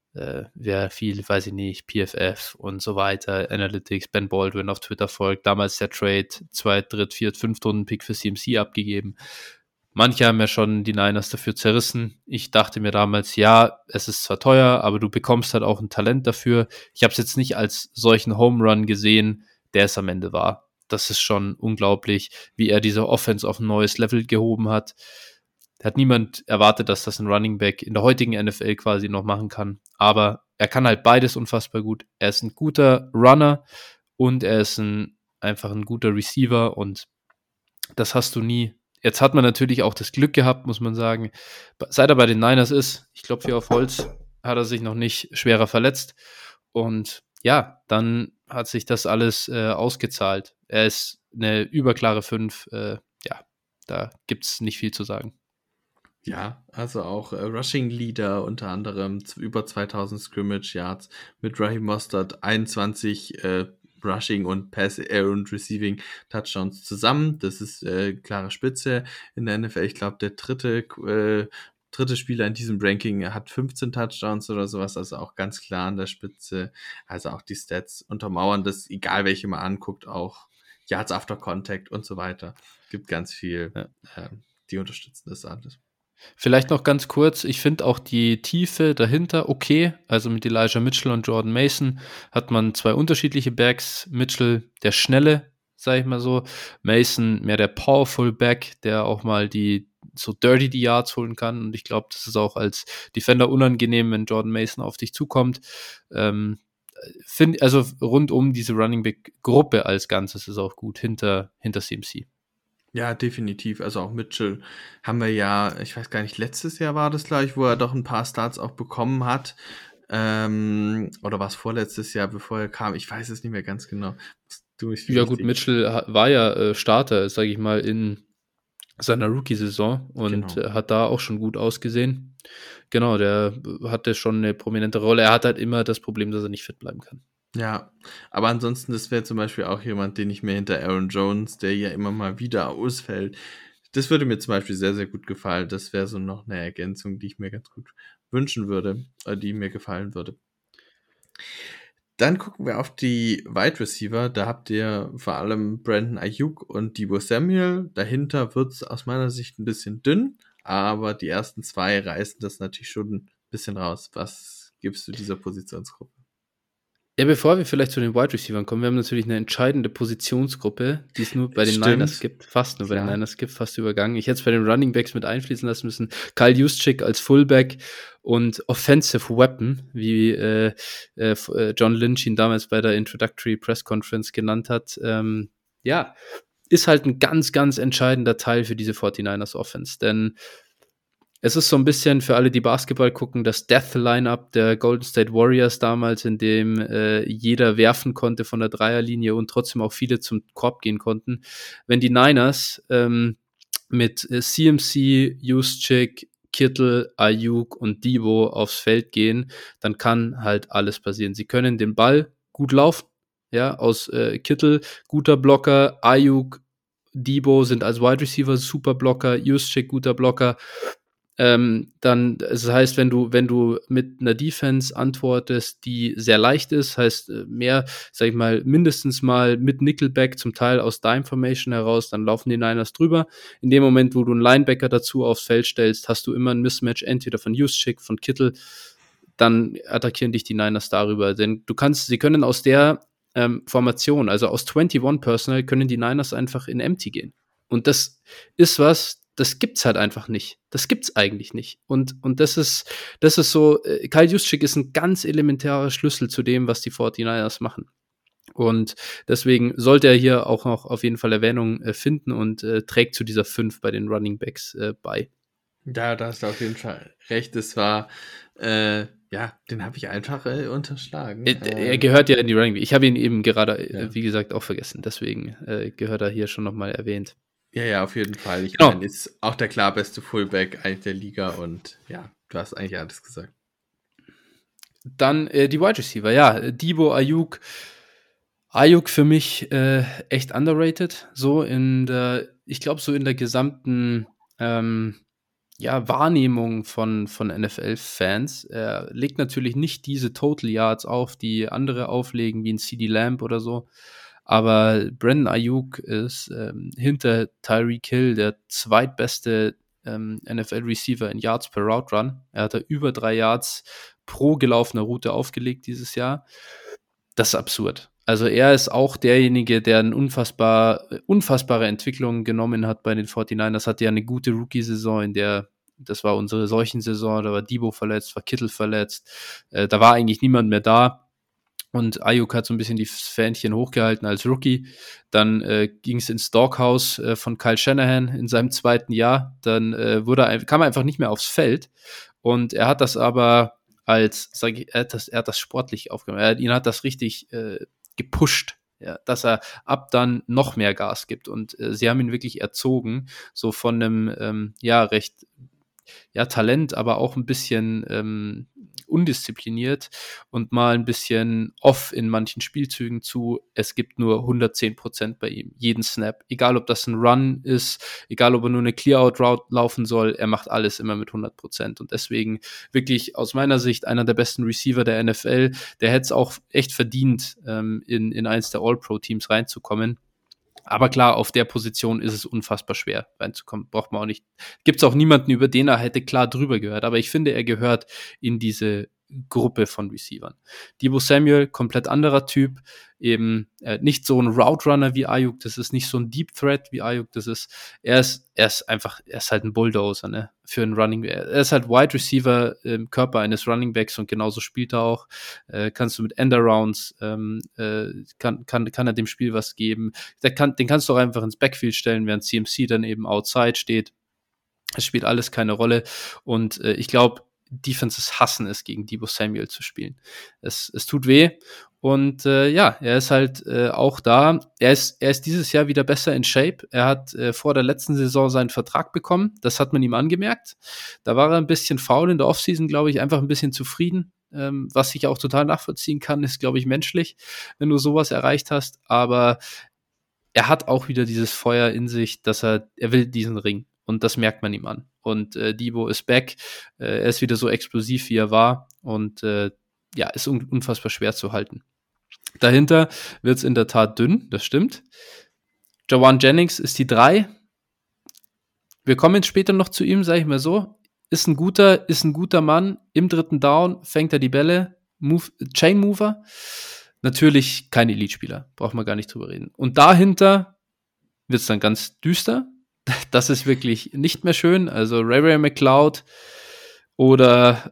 wer viel, weiß ich nicht, PFF und so weiter, Analytics, Ben Baldwin auf Twitter folgt, damals der Trade, 2., 3., 4., 5. Runden-Pick für CMC abgegeben. Manche haben ja schon die Niners dafür zerrissen. Ich dachte mir damals, ja, es ist zwar teuer, aber du bekommst halt auch ein Talent dafür. Ich habe es jetzt nicht als solchen Home Run gesehen, der es am Ende war. Das ist schon unglaublich, wie er diese Offense auf ein neues Level gehoben hat. Hat niemand erwartet, dass das ein Running Back in der heutigen NFL quasi noch machen kann. Aber er kann halt beides unfassbar gut. Er ist ein guter Runner und er ist einfach ein guter Receiver und das hast du nie. Jetzt hat man natürlich auch das Glück gehabt, muss man sagen, seit er bei den Niners ist, ich klopfe hier auf Holz, hat er sich noch nicht schwerer verletzt. Und ja, dann hat sich das alles ausgezahlt. Er ist eine überklare 5. Da gibt es nicht viel zu sagen. Ja, also auch Rushing Leader, unter anderem über 2000 Scrimmage Yards mit Raheem Mostert, 21 Rushing und und Receiving Touchdowns zusammen. Das ist klare Spitze in der NFL. Ich glaube, der dritte Spieler in diesem Ranking hat 15 Touchdowns oder sowas, also auch ganz klar an der Spitze. Also auch die Stats untermauern das, egal welche man anguckt, auch Yards after Contact und so weiter. Gibt ganz viel, die unterstützen das alles. Vielleicht noch ganz kurz, ich finde auch die Tiefe dahinter okay, also mit Elijah Mitchell und Jordan Mason hat man 2 unterschiedliche Backs, Mitchell der Schnelle, sag ich mal so, Mason mehr der Powerful Back, der auch mal die so dirty die Yards holen kann. Und ich glaube, das ist auch als Defender unangenehm, wenn Jordan Mason auf dich zukommt. Also rund um diese Running Back Gruppe als Ganzes ist auch gut hinter CMC. Ja, definitiv. Also auch Mitchell haben wir ja, ich weiß gar nicht, letztes Jahr war das, glaube ich, wo er doch ein paar Starts auch bekommen hat. Oder war es vorletztes Jahr, bevor er kam? Ich weiß es nicht mehr ganz genau. Ja gut, Mitchell war ja Starter, sage ich mal, in seiner Rookie-Saison und hat da auch schon gut ausgesehen. Genau, der hatte schon eine prominente Rolle. Er hat halt immer das Problem, dass er nicht fit bleiben kann. Ja, aber ansonsten, das wäre zum Beispiel auch jemand, den ich mir hinter Aaron Jones, der ja immer mal wieder ausfällt, das würde mir zum Beispiel sehr, sehr gut gefallen. Das wäre so noch eine Ergänzung, die ich mir ganz gut wünschen würde, die mir gefallen würde. Dann gucken wir auf die Wide Receiver. Da habt ihr vor allem Brandon Ayuk und Deebo Samuel. Dahinter wird es aus meiner Sicht ein bisschen dünn, aber die ersten zwei reißen das natürlich schon ein bisschen raus. Was gibst du dieser Positionsgruppe? Ja, bevor wir vielleicht zu den Wide Receivers kommen, wir haben natürlich eine entscheidende Positionsgruppe, die es nur bei den Niners gibt, fast nur bei den Niners gibt, fast übergangen. Ich hätte es bei den Running Backs mit einfließen lassen müssen. Kyle Juszczyk als Fullback und Offensive Weapon, wie John Lynch ihn damals bei der Introductory Press Conference genannt hat. Ist halt ein ganz, ganz entscheidender Teil für diese 49ers Offense, denn es ist so ein bisschen für alle, die Basketball gucken, das Death-Lineup der Golden State Warriors damals, in dem jeder werfen konnte von der Dreierlinie und trotzdem auch viele zum Korb gehen konnten. Wenn die Niners mit CMC, Juszczyk, Kittle, Ayuk und Deebo aufs Feld gehen, dann kann halt alles passieren. Sie können den Ball gut laufen, ja, aus Kittle, guter Blocker, Ayuk, Deebo sind als Wide Receiver super Blocker, Juszczyk, guter Blocker. Dann, das heißt, wenn du mit einer Defense antwortest, die sehr leicht ist, heißt mehr, sag ich mal, mindestens mal mit Nickelback, zum Teil aus Dime Formation heraus, dann laufen die Niners drüber. In dem Moment, wo du einen Linebacker dazu aufs Feld stellst, hast du immer ein Mismatch, entweder von Juszczyk, von Kittle, dann attackieren dich die Niners darüber. Denn sie können aus der Formation, also aus 21 Personnel, können die Niners einfach in Empty gehen. Und das ist das gibt's halt einfach nicht. Das gibt's eigentlich nicht. Und das ist so, Kyle Juszczyk ist ein ganz elementarer Schlüssel zu dem, was die 49ers machen. Und deswegen sollte er hier auch noch auf jeden Fall Erwähnung finden und trägt zu dieser 5 bei den Running Backs bei. Ja, da hast du auf jeden Fall recht. Es war, den habe ich einfach unterschlagen. Er gehört ja in die Running Back. Ich habe ihn eben gerade, wie gesagt, auch vergessen. Deswegen gehört er hier schon nochmal erwähnt. Ja, auf jeden Fall. Ich meine, ist auch der klar beste Fullback eigentlich der Liga und ja, du hast eigentlich alles gesagt. Dann die Wide Receiver, ja, Deebo, Ayuk für mich echt underrated, ich glaube so in der gesamten Wahrnehmung von NFL-Fans. Er legt natürlich nicht diese Total Yards auf, die andere auflegen, wie ein CeeDee Lamb oder so. Aber Brandon Ayuk ist hinter Tyreek Hill der zweitbeste NFL-Receiver in Yards per Route Run. Er hat da über 3 Yards pro gelaufener Route aufgelegt dieses Jahr. Das ist absurd. Also er ist auch derjenige, der eine unfassbare Entwicklung genommen hat bei den 49ers. Hatte ja eine gute Rookie-Saison, das war unsere Seuchensaison, da war Deebo verletzt, war Kittle verletzt. Da war eigentlich niemand mehr da. Und Ayuk hat so ein bisschen die Fähnchen hochgehalten als Rookie. Dann ging es ins Doghouse von Kyle Shanahan in seinem 2. Jahr. Dann kam er einfach nicht mehr aufs Feld. Und er hat das aber er hat das sportlich aufgenommen. Ihn hat das richtig gepusht, ja, dass er ab dann noch mehr Gas gibt. Und sie haben ihn wirklich erzogen, so von einem recht Talent, aber auch ein bisschen undiszipliniert und mal ein bisschen off in manchen Spielzügen zu. Es gibt nur 110% bei ihm, jeden Snap. Egal, ob das ein Run ist, egal, ob er nur eine Clear-Out-Route laufen soll, er macht alles immer mit 100%. Und deswegen wirklich aus meiner Sicht einer der besten Receiver der NFL. Der hätte es auch echt verdient, in eins der All-Pro-Teams reinzukommen. Aber klar, auf der Position ist es unfassbar schwer reinzukommen. Braucht man auch nicht. Gibt es auch niemanden, über den er hätte klar drüber gehört. Aber ich finde, er gehört in diese Gruppe von Receivern. Deebo Samuel, komplett anderer Typ, eben nicht so ein Route Runner wie Ayuk, das ist nicht so ein Deep Threat wie Ayuk, er ist halt ein Bulldozer, ne, für einen Running Back. Er ist halt Wide Receiver im Körper eines Running Backs und genauso spielt er auch. Kannst du mit End-Arounds, kann er dem Spiel was geben. Den kannst du auch einfach ins Backfield stellen, während CMC dann eben outside steht. Es spielt alles keine Rolle und ich glaube, Defenses hassen es, gegen Deebo Samuel zu spielen. Es tut weh und er ist halt auch da. Er ist dieses Jahr wieder besser in Shape. Er hat vor der letzten Saison seinen Vertrag bekommen. Das hat man ihm angemerkt. Da war er ein bisschen faul in der Offseason, glaube ich, einfach ein bisschen zufrieden. Was ich auch total nachvollziehen kann, ist, glaube ich, menschlich, wenn du sowas erreicht hast. Aber er hat auch wieder dieses Feuer in sich, dass er will diesen Ring. Und das merkt man ihm an. Und Deebo ist back. Er ist wieder so explosiv, wie er war. Und ist unfassbar schwer zu halten. Dahinter wird es in der Tat dünn, das stimmt. Jauan Jennings ist die 3. Wir kommen jetzt später noch zu ihm, sage ich mal so. Ist ein guter Mann. Im 3. Down fängt er die Bälle. Chain Mover. Natürlich kein Elite-Spieler. Braucht man gar nicht drüber reden. Und dahinter wird es dann ganz düster. Das ist wirklich nicht mehr schön. Also Ray McLeod oder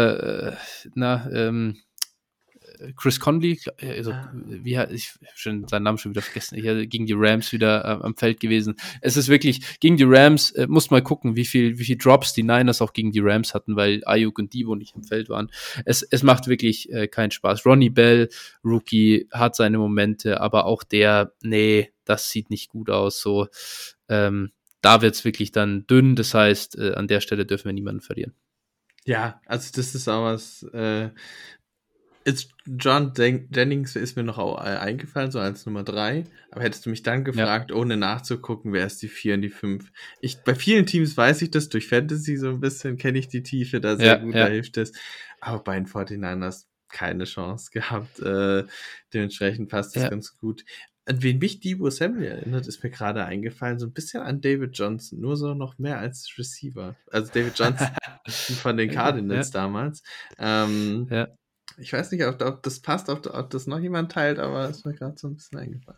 Chris Conley, also ich habe schon seinen Namen schon wieder vergessen. Ich hatte gegen die Rams wieder am Feld gewesen. Es ist wirklich, gegen die Rams, muss mal gucken, wie viel Drops die Niners auch gegen die Rams hatten, weil Ayuk und Deebo nicht im Feld waren. Es macht wirklich keinen Spaß. Ronnie Bell, Rookie, hat seine Momente, aber auch das sieht nicht gut aus. So, da wird's wirklich dann dünn. Das heißt, an der Stelle dürfen wir niemanden verlieren. Ja, also das ist auch was. John Jennings ist mir noch eingefallen, so als Nummer 3. Aber hättest du mich dann gefragt, ohne nachzugucken, wer ist die 4 und die 5? Bei vielen Teams weiß ich das, durch Fantasy so ein bisschen kenne ich die Tiefe da sehr gut, da hilft es. Aber bei den 49ers keine Chance gehabt. Dementsprechend passt das ganz gut. An wen mich Deebo Samuel erinnert, ist mir gerade eingefallen, so ein bisschen an David Johnson, nur so noch mehr als Receiver. Also David Johnson von den Cardinals damals. Ich weiß nicht, ob das passt, ob das noch jemand teilt, aber ist mir gerade so ein bisschen eingefallen.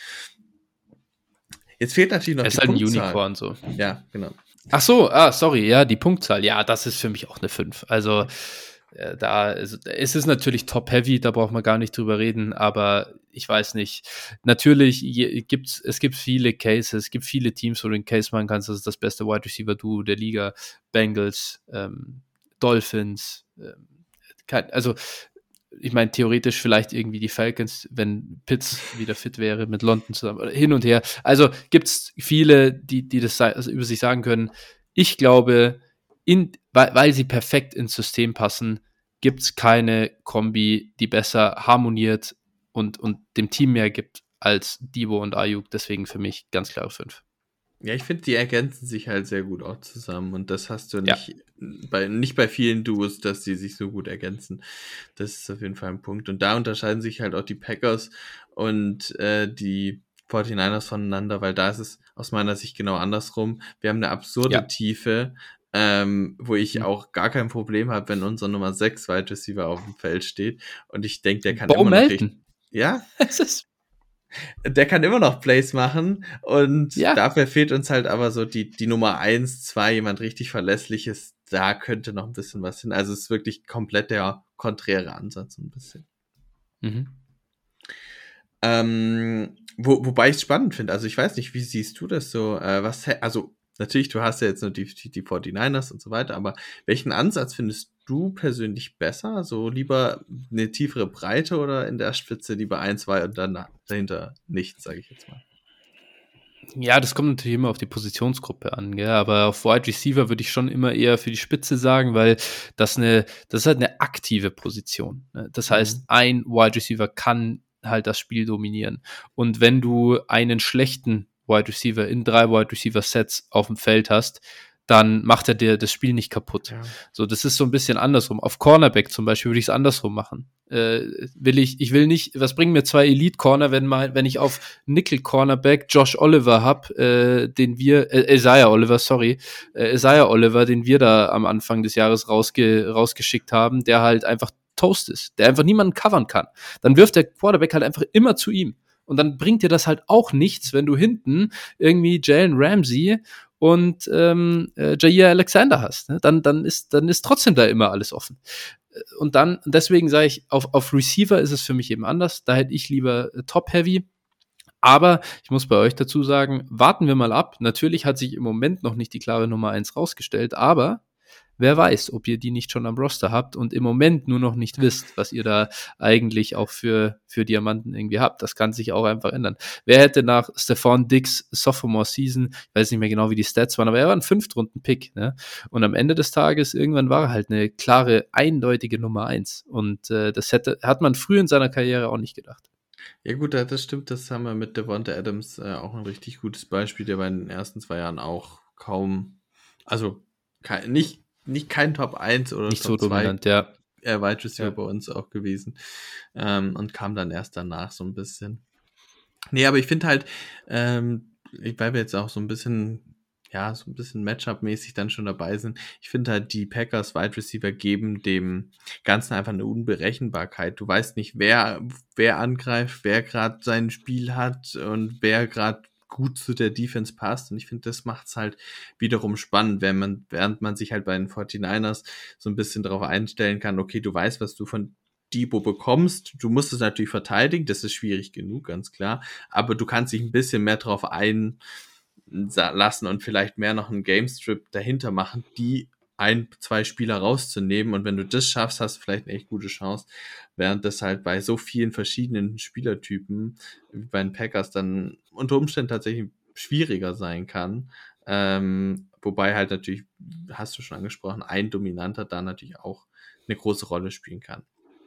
Jetzt fehlt natürlich noch die Punktzahl. Er ist halt ein Unicorn so. Ja, genau. Ach so, sorry, ja, die Punktzahl. Ja, das ist für mich auch eine 5. Also es ist natürlich top-heavy, da braucht man gar nicht drüber reden, aber ich weiß nicht. Natürlich es gibt viele Cases, es gibt viele Teams, wo du den Case machen kannst, das ist das beste Wide Receiver-Duo der Liga. Bengals, Dolphins, also ich meine, theoretisch vielleicht irgendwie die Falcons, wenn Pitts wieder fit wäre, mit London zusammen, oder hin und her. Also gibt's viele, die das über sich sagen können. Ich glaube, weil sie perfekt ins System passen, gibt's keine Kombi, die besser harmoniert und dem Team mehr gibt als Deebo und Ayuk. Deswegen für mich ganz klare 5. Ja, ich finde, die ergänzen sich halt sehr gut auch zusammen und das hast du nicht bei vielen Duos, dass die sich so gut ergänzen. Das ist auf jeden Fall ein Punkt. Und da unterscheiden sich halt auch die Packers und die 49ers voneinander, weil da ist es aus meiner Sicht genau andersrum. Wir haben eine absurde Tiefe, wo ich auch gar kein Problem habe, wenn unser Nummer 6 Wide Receiver auf dem Feld steht und ich denke, der kann immer noch richtig. Ja, der kann immer noch Plays machen und dafür fehlt uns halt aber so die Nummer 1, 2, jemand richtig Verlässliches, da könnte noch ein bisschen was hin. Also es ist wirklich komplett der konträre Ansatz ein bisschen. Wobei ich es spannend finde, also ich weiß nicht, wie siehst du das so, also natürlich, du hast ja jetzt nur die 49ers und so weiter, aber welchen Ansatz findest du persönlich besser? So lieber eine tiefere Breite oder in der Spitze lieber 1, 2 und dann dahinter nichts, sage ich jetzt mal? Ja, das kommt natürlich immer auf die Positionsgruppe an, gell? Aber auf Wide Receiver würde ich schon immer eher für die Spitze sagen, weil das ist halt eine aktive Position. Ne? Das heißt, ein Wide Receiver kann halt das Spiel dominieren. Und wenn du einen schlechten Wide Receiver in 3 Wide Receiver Sets auf dem Feld hast, dann macht er dir das Spiel nicht kaputt. Ja. So, das ist so ein bisschen andersrum. Auf Cornerback zum Beispiel würde ich es andersrum machen. Ich will nicht, was bringen mir 2 Elite-Corner, wenn ich auf Nickel-Cornerback Josh Oliver habe, Isaiah Oliver, den wir da am Anfang des Jahres rausgeschickt haben, der halt einfach Toast ist, der einfach niemanden covern kann. Dann wirft der Quarterback halt einfach immer zu ihm. Und dann bringt dir das halt auch nichts, wenn du hinten irgendwie Jalen Ramsey und Jair Alexander hast. Ne? Dann ist trotzdem da immer alles offen. Und deswegen sage ich, auf Receiver ist es für mich eben anders. Da hätte ich lieber Top-Heavy. Aber ich muss bei euch dazu sagen, warten wir mal ab. Natürlich hat sich im Moment noch nicht die klare Nummer 1 rausgestellt, aber wer weiß, ob ihr die nicht schon am Roster habt und im Moment nur noch nicht wisst, was ihr da eigentlich auch für Diamanten irgendwie habt. Das kann sich auch einfach ändern. Wer hätte nach Stephon Diggs Sophomore Season, ich weiß nicht mehr genau, wie die Stats waren, aber er war ein 5-Runden-Pick, ne? Und am Ende des Tages, irgendwann war er halt eine klare, eindeutige Nummer 1. Und das hat man früh in seiner Karriere auch nicht gedacht. Ja gut, das stimmt, das haben wir mit Devonta Adams auch ein richtig gutes Beispiel, der bei den ersten 2 Jahren auch kaum, also nicht kein Top 1 oder Nicht Top so 2 dominant, ja. Wide Receiver Ja. bei uns auch gewesen, und kam dann erst danach so ein bisschen. Nee, aber ich finde halt, weil wir jetzt auch so ein bisschen Matchup-mäßig dann schon dabei sind, ich finde halt, die Packers Wide Receiver geben dem Ganzen einfach eine Unberechenbarkeit. Du weißt nicht, wer angreift, wer gerade sein Spiel hat und wer gerade gut zu der Defense passt. Und ich finde, das macht es halt wiederum spannend, während man sich halt bei den 49ers so ein bisschen darauf einstellen kann, okay, du weißt, was du von Debo bekommst. Du musst es natürlich verteidigen, das ist schwierig genug, ganz klar. Aber du kannst dich ein bisschen mehr drauf einlassen und vielleicht mehr noch einen Gamestrip dahinter machen, die 1-2 Spieler rauszunehmen. Und wenn du das schaffst, hast du vielleicht eine echt gute Chance. Während das halt bei so vielen verschiedenen Spielertypen wie bei den Packers dann unter Umständen tatsächlich schwieriger sein kann. Wobei halt natürlich, hast du schon angesprochen, ein Dominanter da natürlich auch eine große Rolle spielen kann.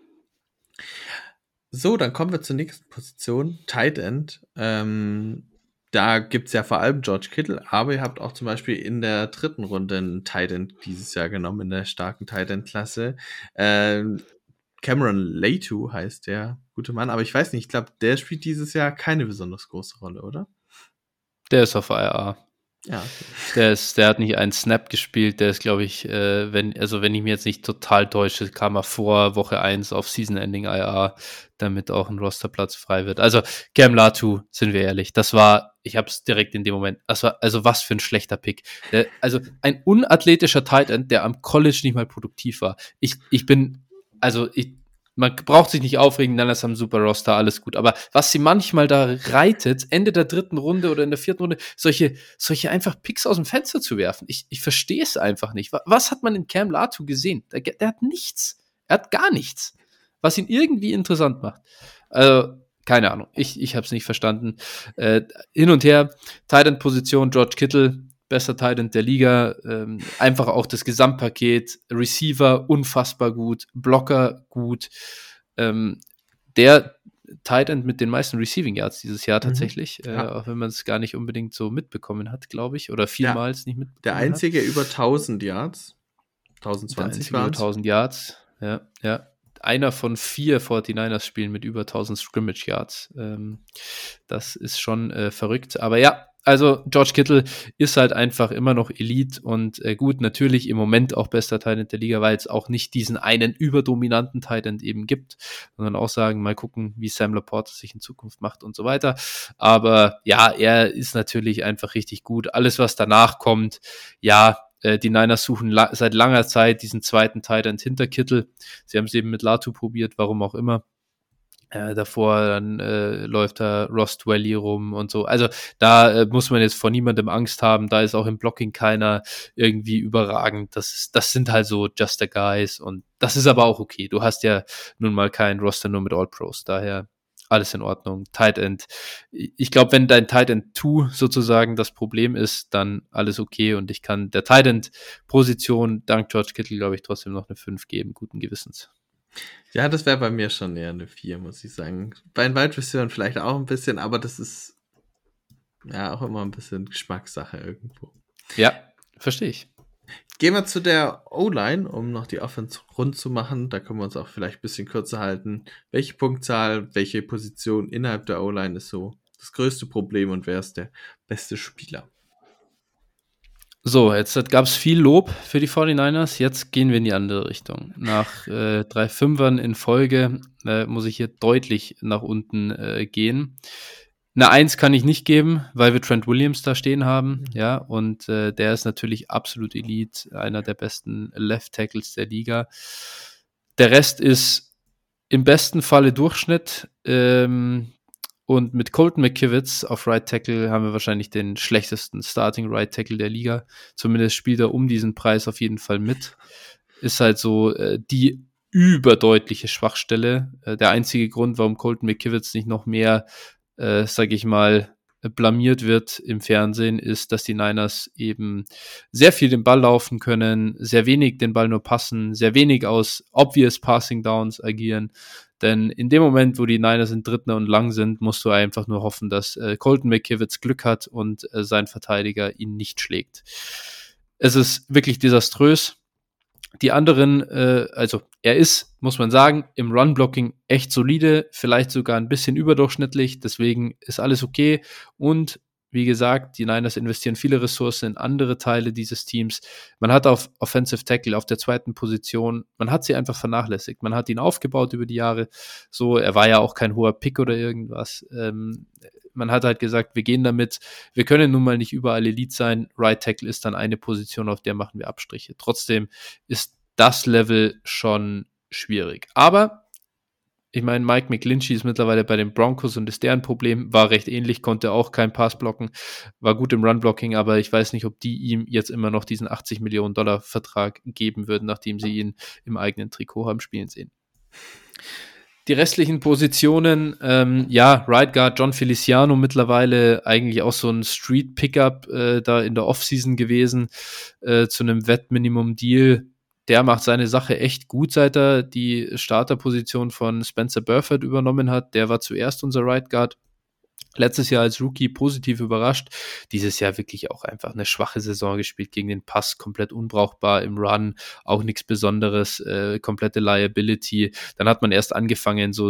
So, dann kommen wir zur nächsten Position, Tight End. Da gibt es ja vor allem George Kittle, aber ihr habt auch zum Beispiel in der 3. Runde einen Tight End dieses Jahr genommen, in der starken Tight End-Klasse. Cameron Latu heißt der gute Mann, aber ich weiß nicht, ich glaube, der spielt dieses Jahr keine besonders große Rolle, oder? Der ist auf IR. Ja. Der hat nicht einen Snap gespielt, der ist, glaube ich, wenn ich mich jetzt nicht total täusche, kam er vor Woche 1 auf Season-Ending IR, damit auch ein Rosterplatz frei wird. Also Cam Latu, sind wir ehrlich, ich habe es direkt in dem Moment, also was für ein schlechter Pick. Also ein unathletischer Tight End, der am College nicht mal produktiv war. Man braucht sich nicht aufregen, dann ist am super Roster, alles gut. Aber was sie manchmal da reitet, Ende der 3. Runde oder in der 4. Runde, solche einfach Picks aus dem Fenster zu werfen. Ich verstehe es einfach nicht. Was hat man in Cam Latu gesehen? Der hat nichts. Er hat gar nichts, was ihn irgendwie interessant macht. Also, keine Ahnung. Ich habe es nicht verstanden. Hin und her, Tight End Position, George Kittle, bester Tight End der Liga, einfach auch das Gesamtpaket, Receiver unfassbar gut, Blocker gut, der Tight End mit den meisten Receiving Yards dieses Jahr tatsächlich, auch wenn man es gar nicht unbedingt so mitbekommen hat, glaube ich, oder vielmals nicht mitbekommen Der einzige über 1000 Yards, 1020 über 1000 Yards, ja. Einer von 4 49ers-Spielen mit über 1000 Scrimmage Yards. Das ist schon verrückt, aber ja, also George Kittle ist halt einfach immer noch Elite und gut, natürlich im Moment auch bester Tight End der Liga, weil es auch nicht diesen einen überdominanten Tight End eben gibt, sondern auch sagen, mal gucken, wie Sam Laporta sich in Zukunft macht und so weiter. Aber ja, er ist natürlich einfach richtig gut. Alles, was danach kommt, ja, die Niners suchen seit langer Zeit diesen zweiten Tight End hinter Kittle. Sie haben es eben mit Latu probiert, warum auch immer. Davor dann läuft da Ross Dwelly rum und so. Also da muss man jetzt vor niemandem Angst haben. Da ist auch im Blocking keiner irgendwie überragend. Das sind halt so just the guys und das ist aber auch okay. Du hast ja nun mal kein Roster nur mit All-Pros. Daher alles in Ordnung. Tight End. Ich glaube, wenn dein Tight End 2 sozusagen das Problem ist, dann alles okay und ich kann der Tight End Position dank George Kittle, glaube ich, trotzdem noch eine 5 geben, guten Gewissens. Ja, das wäre bei mir schon eher eine 4, muss ich sagen. Bei den Wide Receivers vielleicht auch ein bisschen, aber das ist ja auch immer ein bisschen Geschmackssache irgendwo. Ja, Verstehe ich. Gehen wir zu der O-Line, um noch die Offense rund zu machen. Da können wir uns auch vielleicht ein bisschen kürzer halten. Welche Punktzahl, welche Position innerhalb der O-Line ist so das größte Problem und wer ist der beste Spieler? So, jetzt gab es viel Lob für die 49ers, jetzt gehen wir in die andere Richtung. Nach 3 Fünfern in Folge muss ich hier deutlich nach unten gehen. Eine 1 kann ich nicht geben, weil wir Trent Williams da stehen haben, ja, und der ist natürlich absolut Elite, einer der besten Left Tackles der Liga. Der Rest ist im besten Falle Durchschnitt, und mit Colton McKivitz auf Right Tackle haben wir wahrscheinlich den schlechtesten Starting Right Tackle der Liga. Zumindest spielt er um diesen Preis auf jeden Fall mit. Ist halt so die überdeutliche Schwachstelle. Der einzige Grund, warum Colton McKivitz nicht noch mehr, sage ich mal, blamiert wird im Fernsehen, ist, dass die Niners eben sehr viel den Ball laufen können, sehr wenig den Ball nur passen, sehr wenig aus obvious Passing Downs agieren. Denn in dem Moment, wo die Niners in dritten und lang sind, musst du einfach nur hoffen, dass Colton McKivitz Glück hat und sein Verteidiger ihn nicht schlägt. Es ist wirklich desaströs. Die anderen, also er ist, muss man sagen, im Run-Blocking echt solide, vielleicht sogar ein bisschen überdurchschnittlich, deswegen ist alles okay. Und wie gesagt, die Niners investieren viele Ressourcen in andere Teile dieses Teams. Man hat auf Offensive Tackle auf der zweiten Position, man hat sie einfach vernachlässigt. Man hat ihn aufgebaut über die Jahre. So, er war ja auch kein hoher Pick oder irgendwas. Man hat halt gesagt, wir gehen damit. Wir können nun mal nicht überall Elite sein. Right Tackle ist dann eine Position, auf der machen wir Abstriche. Trotzdem ist das Level schon schwierig. Aber ich meine, Mike McGlinchey ist mittlerweile bei den Broncos und ist deren Problem, war recht ähnlich, konnte auch keinen Pass blocken, war gut im Run-Blocking, aber ich weiß nicht, ob die ihm jetzt immer noch diesen $80 Millionen Vertrag geben würden, nachdem sie ihn im eigenen Trikot haben spielen sehen. Die restlichen Positionen, Right Guard John Feliciano mittlerweile eigentlich auch so ein Street-Pickup da in der Offseason gewesen, zu einem Wettminimum-Deal. Der macht seine Sache echt gut, seit er die Starterposition von Spencer Burford übernommen hat. Der war zuerst unser Right Guard. Letztes Jahr als Rookie positiv überrascht. Dieses Jahr wirklich auch einfach eine schwache Saison gespielt gegen den Pass, komplett unbrauchbar im Run, auch nichts Besonderes, komplette Liability. Dann hat man erst angefangen, so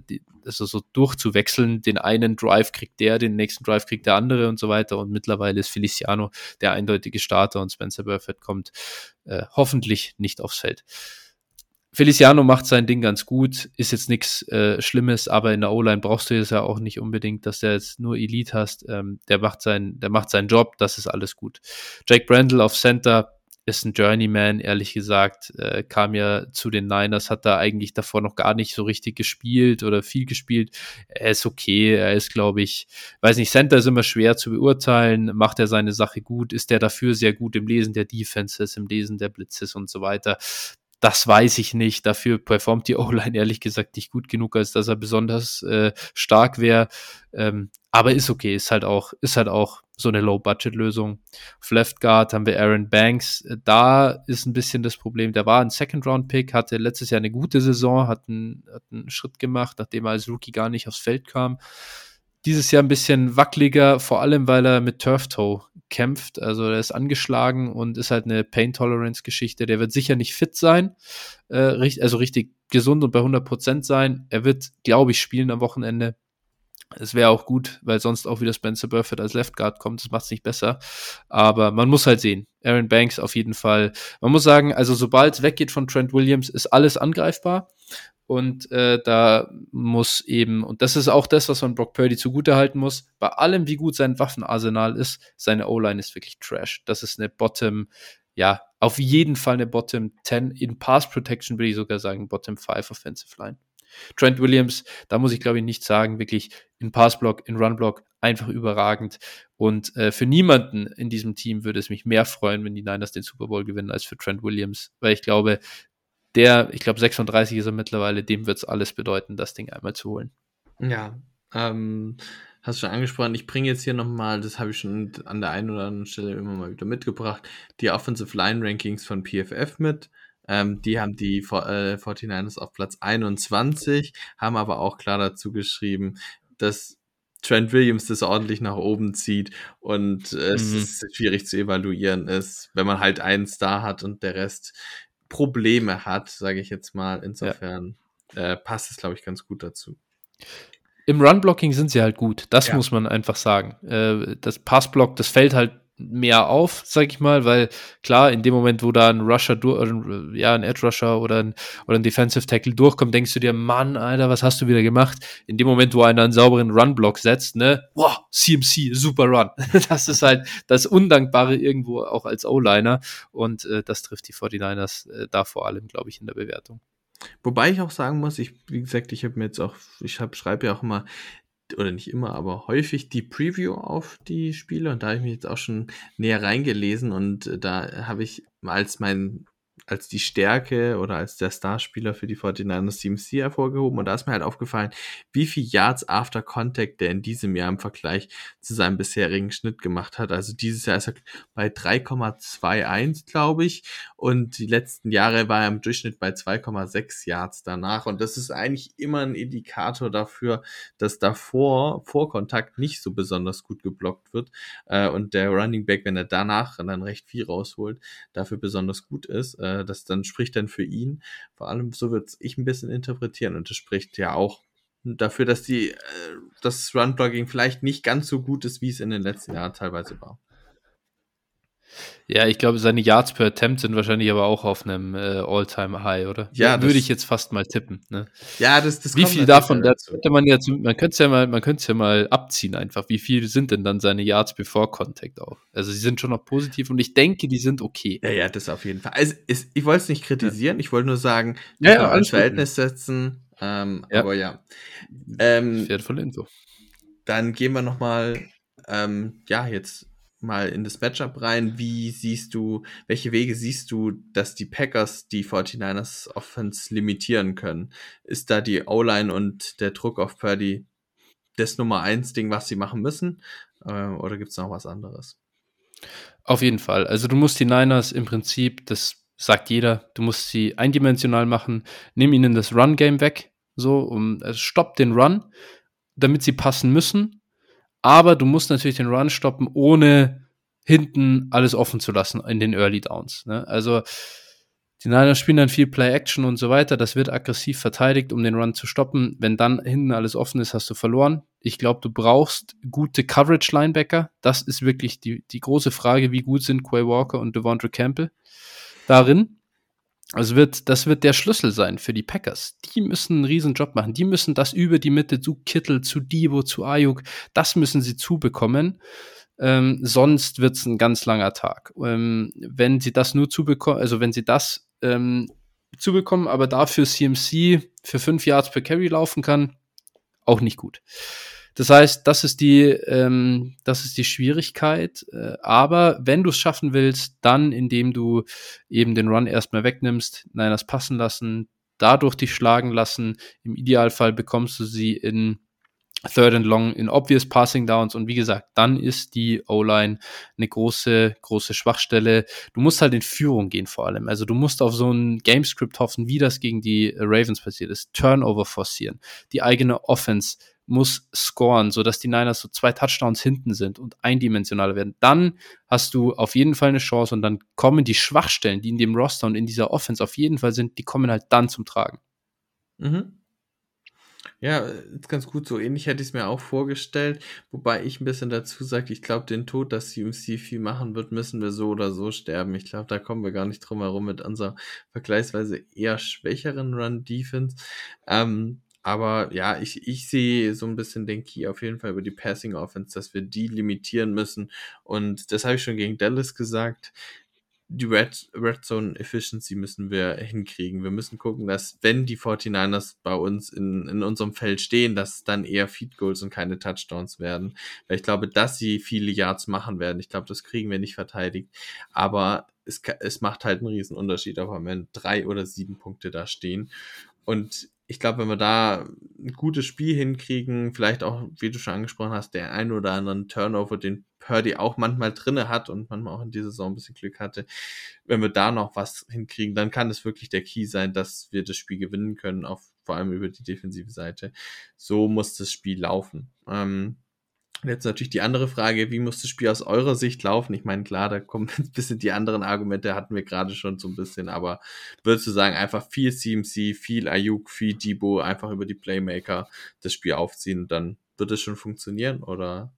durchzuwechseln. Den einen Drive kriegt der, den nächsten Drive kriegt der andere und so weiter. Und mittlerweile ist Feliciano der eindeutige Starter und Spencer Burford kommt hoffentlich nicht aufs Feld. Feliciano macht sein Ding ganz gut, ist jetzt nichts Schlimmes, aber in der O-Line brauchst du jetzt ja auch nicht unbedingt, dass du jetzt nur Elite hast. Der macht seinen Job, das ist alles gut. Jake Brendel auf Center ist ein Journeyman, ehrlich gesagt, kam ja zu den Niners, hat da eigentlich davor noch gar nicht so richtig gespielt oder viel gespielt. Er ist okay, er ist, glaube ich, weiß nicht, Center ist immer schwer zu beurteilen, macht er seine Sache gut, ist er dafür sehr gut im Lesen der Defenses, im Lesen der Blitzes und so weiter. Das weiß ich nicht. Dafür performt die O-Line ehrlich gesagt nicht gut genug, als dass er besonders stark wäre. Aber ist okay. Ist halt auch so eine Low-Budget-Lösung. Auf Left Guard haben wir Aaron Banks. Da ist ein bisschen das Problem. Der war ein Second-Round-Pick, hatte letztes Jahr eine gute Saison, hat einen Schritt gemacht, nachdem er als Rookie gar nicht aufs Feld kam. Dieses Jahr ein bisschen wackeliger, vor allem, weil er mit Turf Toe kämpft. Also er ist angeschlagen und ist halt eine Pain-Tolerance-Geschichte. Der wird sicher nicht fit sein, also richtig gesund und bei 100% sein. Er wird, glaube ich, spielen am Wochenende. Es wäre auch gut, weil sonst auch wieder Spencer Burford als Left Guard kommt. Das macht es nicht besser. Aber man muss halt sehen. Aaron Banks auf jeden Fall. Man muss sagen, also sobald es weggeht von Trent Williams, ist alles angreifbar. Und da muss eben, und das ist auch das, was man Brock Purdy zugutehalten muss, bei allem, wie gut sein Waffenarsenal ist, seine O-Line ist wirklich Trash. Das ist eine Bottom, ja, auf jeden Fall eine Bottom 10, in Pass Protection würde ich sogar sagen, Bottom 5 Offensive Line. Trent Williams, da muss ich glaube ich nicht sagen, wirklich in Passblock, in Runblock, einfach überragend. Und für niemanden in diesem Team würde es mich mehr freuen, wenn die Niners den Super Bowl gewinnen, als für Trent Williams, weil ich glaube, 36 ist er mittlerweile, dem wird es alles bedeuten, das Ding einmal zu holen. Ja, hast du schon angesprochen, ich bringe jetzt hier nochmal, das habe ich schon an der einen oder anderen Stelle immer mal wieder mitgebracht, die Offensive Line Rankings von PFF mit. Die haben die 49ers auf Platz 21, haben aber auch klar dazu geschrieben, dass Trent Williams das ordentlich nach oben zieht und es Mhm. ist schwierig zu evaluieren ist, wenn man halt einen Star hat und der Rest Probleme hat, sage ich jetzt mal. Ja. Insofern passt es, glaube ich, ganz gut dazu. Im Run-Blocking sind sie halt gut. Das Ja. muss man einfach sagen. Das Passblock, das fällt halt mehr auf, sag ich mal, weil klar, in dem Moment, wo da ein Rusher, ein Edge-Rusher oder ein Defensive Tackle durchkommt, denkst du dir, Mann, Alter, was hast du wieder gemacht? In dem Moment, wo einer einen sauberen Run-Block setzt, ne, wow, CMC, super Run. Das ist halt das Undankbare irgendwo auch als O-Liner und das trifft die 49ers da vor allem, glaube ich, in der Bewertung. Wobei ich auch sagen muss, wie gesagt, schreibe ja auch immer, oder nicht immer, aber häufig die Preview auf die Spiele und da habe ich mich jetzt auch schon näher reingelesen und da habe ich als die Stärke oder als der Starspieler für die 49ers CMC hervorgehoben und da ist mir halt aufgefallen, wie viel Yards after Contact der in diesem Jahr im Vergleich zu seinem bisherigen Schnitt gemacht hat. Also dieses Jahr ist er bei 3,21, glaube ich, und die letzten Jahre war er im Durchschnitt bei 2,6 Yards danach und das ist eigentlich immer ein Indikator dafür, dass vor Kontakt nicht so besonders gut geblockt wird und der Running Back, wenn er danach dann recht viel rausholt, dafür besonders gut ist, das dann spricht dann für ihn. Vor allem so würde ich ein bisschen interpretieren und das spricht ja auch dafür, dass das Run-Blocking vielleicht nicht ganz so gut ist, wie es in den letzten Jahren teilweise war. Ja, ich glaube, seine Yards per Attempt sind wahrscheinlich aber auch auf einem All-Time-High, oder? Ja, Würde ich jetzt fast mal tippen. Ne? Ja, das Wie kommt viel natürlich davon, dazu. man könnte es ja mal abziehen einfach. Wie viel sind denn dann seine Yards before Contact auch? Also sie sind schon noch positiv und ich denke, die sind okay. Ja, das auf jeden Fall. Also ich wollte es nicht kritisieren, ich wollte nur sagen, Ja, kann man alles ins Verhältnis setzen. Aber ja. Wertvolle Info. Dann gehen wir nochmal, jetzt mal in das Matchup rein. Welche Wege siehst du, dass die Packers die 49ers Offense limitieren können? Ist da die O-Line und der Druck auf Purdy das Nummer 1 Ding, was sie machen müssen? Oder gibt es noch was anderes? Auf jeden Fall. Also du musst die Niners im Prinzip, das sagt jeder, du musst sie eindimensional machen, nimm ihnen das Run-Game weg, stopp den Run, damit sie passen müssen. Aber du musst natürlich den Run stoppen, ohne hinten alles offen zu lassen in den Early Downs. Ne? Also die Niners spielen dann viel Play-Action und so weiter. Das wird aggressiv verteidigt, um den Run zu stoppen. Wenn dann hinten alles offen ist, hast du verloren. Ich glaube, du brauchst gute Coverage-Linebacker. Das ist wirklich die große Frage, wie gut sind Quay Walker und Devondre Campbell darin. Also das wird der Schlüssel sein für die Packers. Die müssen einen riesen Job machen. Die müssen das über die Mitte zu Kittle, zu Debo, zu Ayuk, das müssen sie zubekommen. Sonst wird es ein ganz langer Tag. Wenn sie das nur zubekommen, zubekommen, aber dafür CMC für 5 Yards per Carry laufen kann, auch nicht gut. Das heißt, das ist die Schwierigkeit. Aber wenn du es schaffen willst, dann indem du eben den Run erstmal wegnimmst, Niners passen lassen, dadurch dich schlagen lassen. Im Idealfall bekommst du sie in Third and Long, in obvious Passing Downs und wie gesagt, dann ist die O-Line eine große Schwachstelle. Du musst halt in Führung gehen vor allem. Also du musst auf so ein Gamescript hoffen, wie das gegen die Ravens passiert ist. Turnover forcieren. Die eigene Offense muss scoren, sodass die Niners so 2 Touchdowns hinten sind und eindimensionaler werden. Dann hast du auf jeden Fall eine Chance und dann kommen die Schwachstellen, die in dem Roster und in dieser Offense auf jeden Fall sind, die kommen halt dann zum Tragen. Mhm. Ja, ist ganz gut. So ähnlich hätte ich es mir auch vorgestellt. Wobei ich ein bisschen dazu sage, ich glaube, den Tod, dass CMC viel machen wird, müssen wir so oder so sterben. Ich glaube, da kommen wir gar nicht drum herum mit unserer vergleichsweise eher schwächeren Run-Defense. Aber ja, ich sehe so ein bisschen den Key auf jeden Fall über die Passing Offense, dass wir die limitieren müssen. Und das habe ich schon gegen Dallas gesagt. Die Red Zone Efficiency müssen wir hinkriegen. Wir müssen gucken, dass wenn die 49ers bei uns in unserem Feld stehen, dass dann eher Field Goals und keine Touchdowns werden. Weil ich glaube, dass sie viele Yards machen werden. Ich glaube, das kriegen wir nicht verteidigt. Aber es macht halt einen riesen Unterschied, ob wenn 3 oder 7 Punkte da stehen. Und ich glaube, wenn wir da ein gutes Spiel hinkriegen, vielleicht auch, wie du schon angesprochen hast, der ein oder anderen Turnover, den Purdy auch manchmal drinne hat und manchmal auch in dieser Saison ein bisschen Glück hatte, wenn wir da noch was hinkriegen, dann kann es wirklich der Key sein, dass wir das Spiel gewinnen können, vor allem über die defensive Seite. So muss das Spiel laufen. Jetzt natürlich die andere Frage, wie muss das Spiel aus eurer Sicht laufen? Ich meine, klar, da kommen ein bisschen die anderen Argumente, hatten wir gerade schon so ein bisschen, aber würdest du sagen, einfach viel CMC, viel Ayuk, viel Debo, einfach über die Playmaker das Spiel aufziehen, dann wird es schon funktionieren, oder?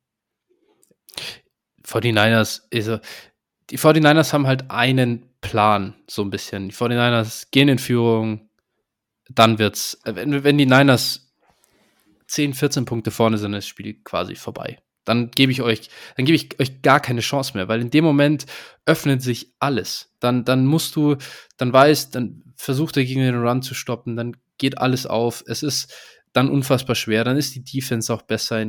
49ers, also, die 49ers haben halt einen Plan, so ein bisschen. Die 49ers gehen in Führung, dann wird's, wenn die Niners 10, 14 Punkte vorne sind, ist das Spiel quasi vorbei. Dann gebe ich euch gar keine Chance mehr, weil in dem Moment öffnet sich alles. Dann versucht er gegen den Run zu stoppen, dann geht alles auf. Es ist dann unfassbar schwer, dann ist die Defense auch besser.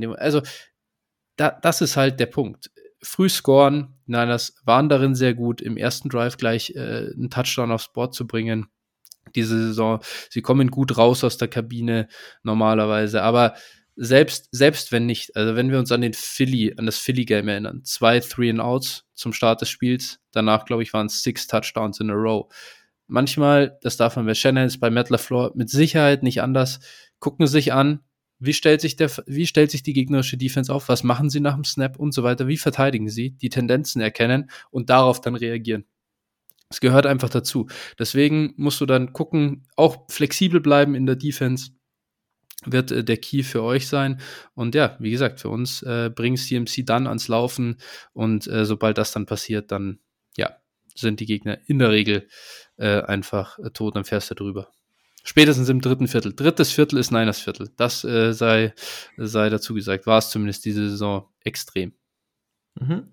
Das ist halt der Punkt. Früh scoren, Niners waren darin sehr gut, im ersten Drive gleich einen Touchdown aufs Board zu bringen. Diese Saison, sie kommen gut raus aus der Kabine normalerweise, aber selbst wenn nicht, also wenn wir uns an das Philly-Game erinnern, 2 3-and-Outs zum Start des Spiels, danach, glaube ich, waren es 6 Touchdowns in a row. Manchmal, das darf man bei Shannon, ist bei Matt LaFleur mit Sicherheit nicht anders, gucken sich an, wie stellt sich die gegnerische Defense auf, was machen sie nach dem Snap und so weiter, wie verteidigen sie, die Tendenzen erkennen und darauf dann reagieren. Es gehört einfach dazu. Deswegen musst du dann gucken, auch flexibel bleiben in der Defense wird der Key für euch sein. Und ja, wie gesagt, für uns bringt CMC dann ans Laufen und sobald das dann passiert, dann ja, sind die Gegner in der Regel einfach tot, dann fährst du drüber. Spätestens im dritten Viertel. Drittes Viertel ist Niners Viertel. Das sei dazu gesagt. War es zumindest diese Saison extrem. Mhm.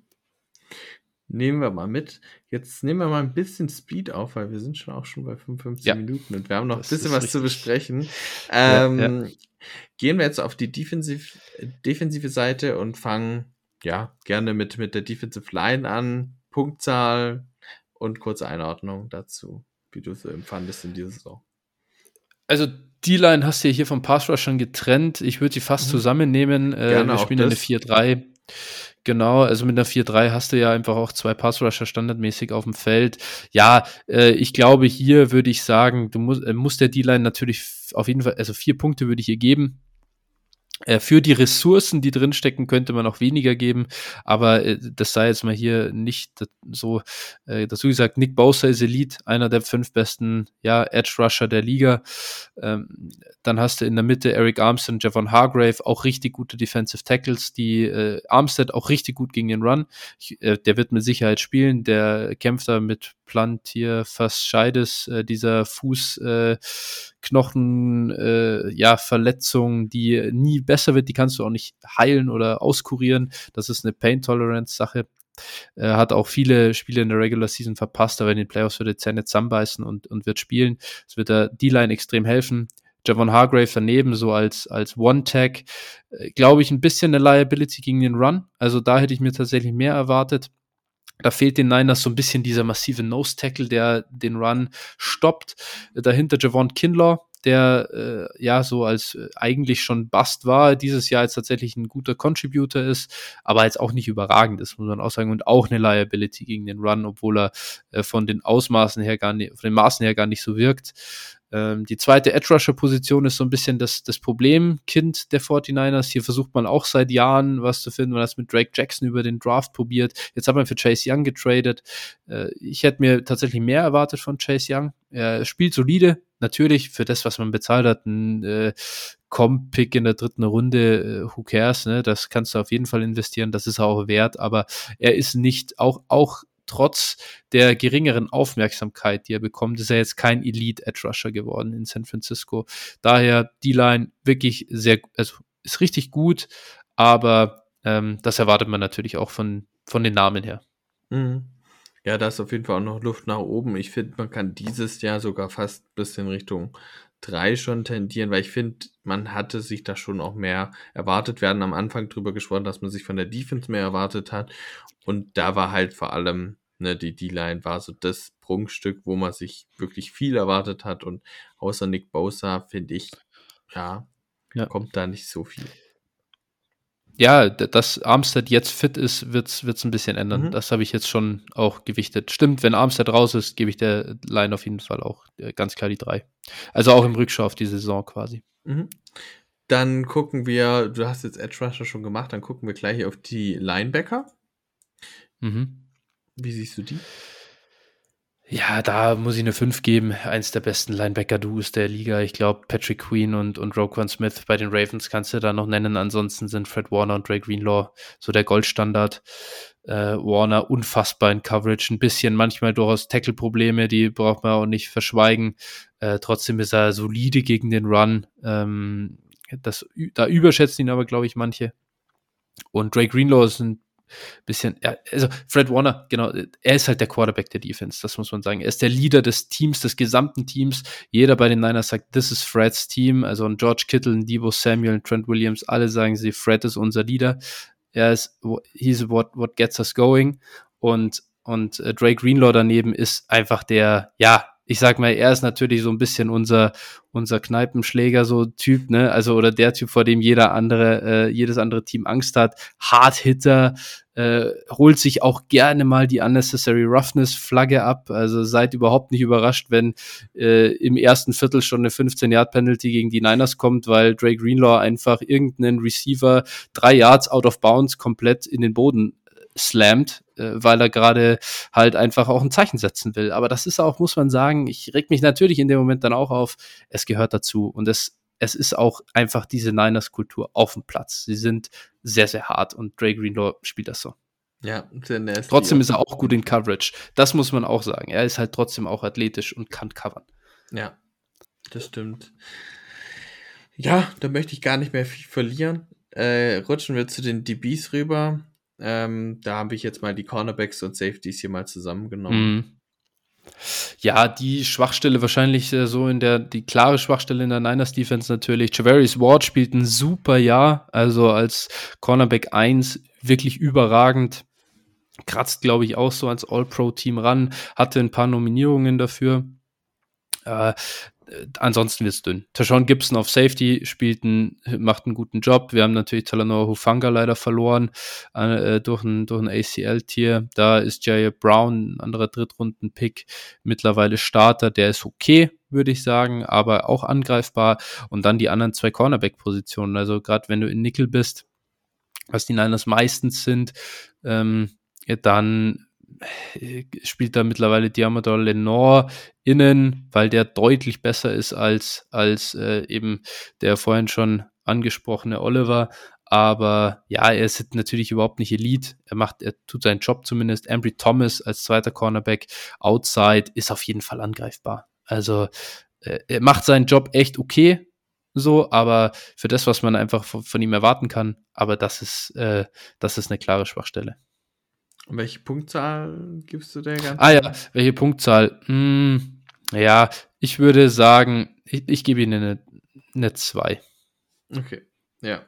Nehmen wir mal mit. Jetzt nehmen wir mal ein bisschen Speed auf, weil wir sind schon bei 55 Minuten und wir haben noch ein bisschen was zu besprechen. Gehen wir jetzt auf die defensive Seite und fangen gerne mit der Defensive Line an. Punktzahl und kurze Einordnung dazu, wie du es so empfandest in dieser Saison. Also die Line hast du ja hier vom Pass Rush schon getrennt. Ich würde sie fast zusammennehmen. Wir spielen eine 4-3. Genau, also mit einer 4-3 hast du ja einfach auch 2 Pass-Rusher standardmäßig auf dem Feld. Ja, ich glaube, hier würde ich sagen, musst der D-Line natürlich auf jeden Fall, also 4 Punkte würde ich ihr geben. Für die Ressourcen, die drinstecken, könnte man auch weniger geben, aber das sei jetzt mal hier nicht so dazu gesagt. Nick Bosa ist Elite, einer der 5 besten Edge-Rusher der Liga. Dann hast du in der Mitte Eric Armstead und Javon Hargrave, auch richtig gute Defensive Tackles, die Armstead auch richtig gut gegen den Run. Der wird mit Sicherheit spielen, der kämpft da mit Plantar fasciitis, dieser Fußknochen Verletzung, die nie besser wird, die kannst du auch nicht heilen oder auskurieren. Das ist eine Pain-Tolerance-Sache. Hat auch viele Spiele in der Regular Season verpasst, aber in den Playoffs wird er Zähne zusammenbeißen und wird spielen. Das wird der D-Line extrem helfen. Javon Hargrave daneben, so als One-Tag, glaube ich, ein bisschen eine Liability gegen den Run. Also da hätte ich mir tatsächlich mehr erwartet. Da fehlt den Niners so ein bisschen dieser massive Nose-Tackle, der den Run stoppt. Dahinter Javon Kinlaw, der so als eigentlich schon Bust war, dieses Jahr jetzt tatsächlich ein guter Contributor ist, aber jetzt auch nicht überragend ist, muss man auch sagen, und auch eine Liability gegen den Run, obwohl er von den Maßen her gar nicht so wirkt. Die zweite Edge-Rusher-Position ist so ein bisschen das Problemkind der 49ers. Hier versucht man auch seit Jahren was zu finden. Man hat es mit Drake Jackson über den Draft probiert. Jetzt hat man für Chase Young getradet. Ich hätte mir tatsächlich mehr erwartet von Chase Young. Er spielt solide, natürlich für das, was man bezahlt hat. Ein Comp-Pick in der 3. Runde, who cares, ne? Das kannst du auf jeden Fall investieren. Das ist auch wert, aber er ist nicht auch trotz der geringeren Aufmerksamkeit, die er bekommt, ist er jetzt kein Elite-Edge-Rusher geworden in San Francisco. Daher die Line wirklich ist richtig gut, aber das erwartet man natürlich auch von den Namen her. Mhm. Ja, da ist auf jeden Fall auch noch Luft nach oben. Ich finde, man kann dieses Jahr sogar fast ein bisschen Richtung 3 schon tendieren, weil ich finde, man hatte sich da schon auch mehr erwartet. Wir hatten am Anfang drüber gesprochen, dass man sich von der Defense mehr erwartet hat. Und da war halt vor allem, die D-Line war so das Prunkstück, wo man sich wirklich viel erwartet hat. Und außer Nick Bosa, finde ich, kommt da nicht so viel. Ja, dass Armstead jetzt fit ist, wird's ein bisschen ändern. Mhm. Das habe ich jetzt schon auch gewichtet. Stimmt, wenn Armstead raus ist, gebe ich der Line auf jeden Fall auch ganz klar die 3. Also auch im Rückschau auf die Saison quasi. Mhm. Dann gucken wir, du hast jetzt Edge Rusher schon gemacht, dann gucken wir gleich auf die Linebacker. Mhm. Wie siehst du die? Ja, da muss ich eine 5 geben. Eins der besten Linebacker-Duos der Liga. Ich glaube, Patrick Queen und Roquan Smith bei den Ravens kannst du da noch nennen. Ansonsten sind Fred Warner und Dre Greenlaw so der Goldstandard. Warner unfassbar in Coverage. Ein bisschen manchmal durchaus Tackle-Probleme, die braucht man auch nicht verschweigen. Trotzdem ist er solide gegen den Run. Da überschätzen ihn aber, glaube ich, manche. Und Dre Greenlaw ist ein bisschen, also Fred Warner, genau, er ist halt der Quarterback der Defense, das muss man sagen. Er ist der Leader des Teams, des gesamten Teams. Jeder bei den Niners sagt, this is Freds Team. Also ein George Kittle, ein Deebo Samuel, ein Trent Williams, alle sagen sie, Fred ist unser Leader. He's what gets us going. Und Dre Greenlaw daneben ist einfach der, ich sag mal, er ist natürlich so ein bisschen unser Kneipenschläger, so Typ, ne, also, oder der Typ, vor dem jedes andere Team Angst hat, Hard-Hitter, holt sich auch gerne mal die Unnecessary Roughness-Flagge ab, also seid überhaupt nicht überrascht, wenn im ersten Viertel schon eine 15-Yard-Penalty gegen die Niners kommt, weil Dre Greenlaw einfach irgendeinen Receiver 3 Yards out of bounds komplett in den Boden slammt, weil er gerade halt einfach auch ein Zeichen setzen will. Aber das ist auch, muss man sagen, ich reg mich natürlich in dem Moment dann auch auf, es gehört dazu und es ist auch einfach diese Niners-Kultur auf dem Platz. Sie sind sehr, sehr hart und Dre Greenlaw spielt das so. Ja, sehr nasty. Trotzdem ist er auch gut in Coverage. Das muss man auch sagen. Er ist halt trotzdem auch athletisch und kann covern. Ja, das stimmt. Ja, da möchte ich gar nicht mehr viel verlieren. Rutschen wir zu den DBs rüber. Da habe ich jetzt mal die Cornerbacks und Safeties hier mal zusammengenommen. Ja, die Schwachstelle wahrscheinlich die klare Schwachstelle in der Niners Defense natürlich. Javarius Ward spielt ein super Jahr, also als Cornerback 1 wirklich überragend. Kratzt, glaube ich, auch so ans All-Pro-Team ran, hatte ein paar Nominierungen dafür. Ansonsten wird es dünn. Tashawn Gibson auf Safety macht einen guten Job. Wir haben natürlich Talanoa Hufanga leider verloren durch ein ACL-Tier. Da ist Jair Brown, ein anderer Drittrunden-Pick, mittlerweile Starter. Der ist okay, würde ich sagen, aber auch angreifbar. Und dann die anderen 2 Cornerback-Positionen. Also gerade wenn du in Nickel bist, was die Niners meistens sind, dann spielt da mittlerweile Diamador Lenore innen, weil der deutlich besser ist als eben der vorhin schon angesprochene Oliver. Aber ja, er ist natürlich überhaupt nicht Elite. Er tut seinen Job zumindest. Ambry Thomas als zweiter Cornerback outside ist auf jeden Fall angreifbar. Also er macht seinen Job echt okay, so, aber für das, was man einfach von ihm erwarten kann, aber das ist eine klare Schwachstelle. Und welche Punktzahl gibst du der ganzen? Welche Punktzahl? Ja, ich würde sagen, ich gebe ihnen eine 2. Okay, ja.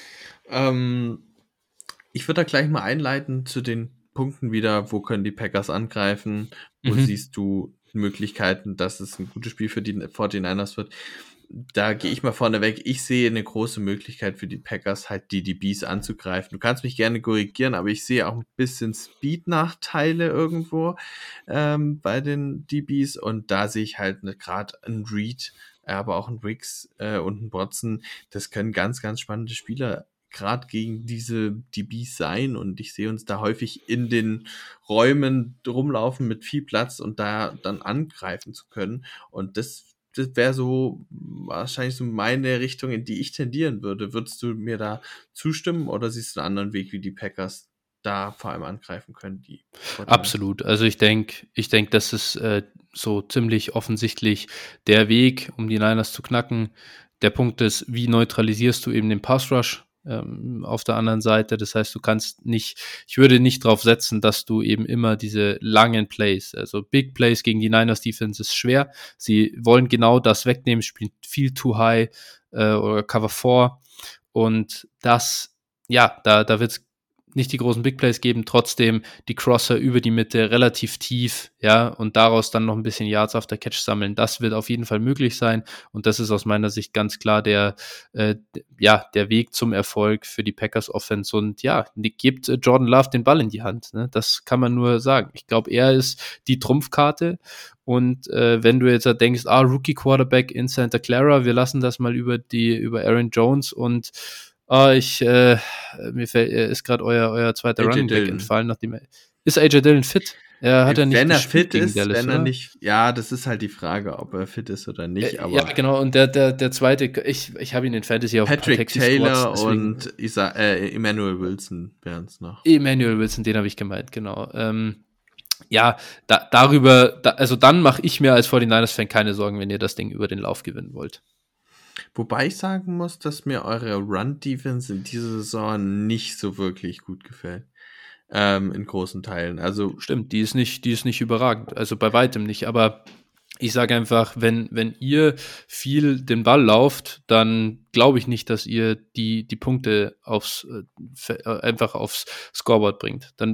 Ich würde da gleich mal einleiten zu den Punkten wieder, wo können die Packers angreifen, wo siehst du Möglichkeiten, dass es ein gutes Spiel für die 49ers wird. Da gehe ich mal vorne weg. Ich sehe eine große Möglichkeit für die Packers, halt die DBs anzugreifen. Du kannst mich gerne korrigieren, aber ich sehe auch ein bisschen Speed-Nachteile irgendwo bei den DBs und da sehe ich halt gerade einen Reed, aber auch einen Wicks und einen Watson. Das können ganz, ganz spannende Spieler gerade gegen diese DBs sein und ich sehe uns da häufig in den Räumen rumlaufen mit viel Platz und da dann angreifen zu können und das wäre so wahrscheinlich so meine Richtung, in die ich tendieren würde. Würdest du mir da zustimmen oder siehst du einen anderen Weg, wie die Packers da vor allem angreifen können? Absolut. Also ich denke, das ist so ziemlich offensichtlich der Weg, um die Niners zu knacken. Der Punkt ist, wie neutralisierst du eben den Pass Rush auf der anderen Seite? Das heißt, ich würde nicht drauf setzen, dass du eben immer diese langen Plays, also Big Plays gegen die Niners Defense ist schwer. Sie wollen genau das wegnehmen, spielen viel too high oder Cover 4 und das, ja, da wird es nicht die großen Big Plays geben, trotzdem die Crosser über die Mitte relativ tief, ja, und daraus dann noch ein bisschen Yards after Catch sammeln. Das wird auf jeden Fall möglich sein und das ist aus meiner Sicht ganz klar der Weg zum Erfolg für die Packers Offense und ja, gibt Jordan Love den Ball in die Hand, ne? Das kann man nur sagen. Ich glaube, er ist die Trumpfkarte und wenn du jetzt denkst, Rookie Quarterback in Santa Clara, wir lassen das mal über Aaron Jones und mir ist gerade euer zweiter Running Back entfallen, ist AJ Dillon fit? Er hat ja nicht wenn er fit gegen ist, Dallas, wenn er oder? nicht, ja, das ist halt die Frage, ob er fit ist oder nicht. Aber ja, genau, und der zweite, ich habe ihn in Fantasy auf Patrick Taxi Taylor Squads, und Emmanuel Wilson wären es noch. Emmanuel Wilson, den habe ich gemeint, genau. Also dann mache ich mir als 49ers-Fan keine Sorgen, wenn ihr das Ding über den Lauf gewinnen wollt. Wobei ich sagen muss, dass mir eure Run-Defense in dieser Saison nicht so wirklich gut gefällt. In großen Teilen. Also stimmt, die ist nicht überragend, also bei weitem nicht, aber ich sage einfach, wenn ihr viel den Ball lauft, dann glaube ich nicht, dass ihr die Punkte einfach aufs Scoreboard bringt. Dann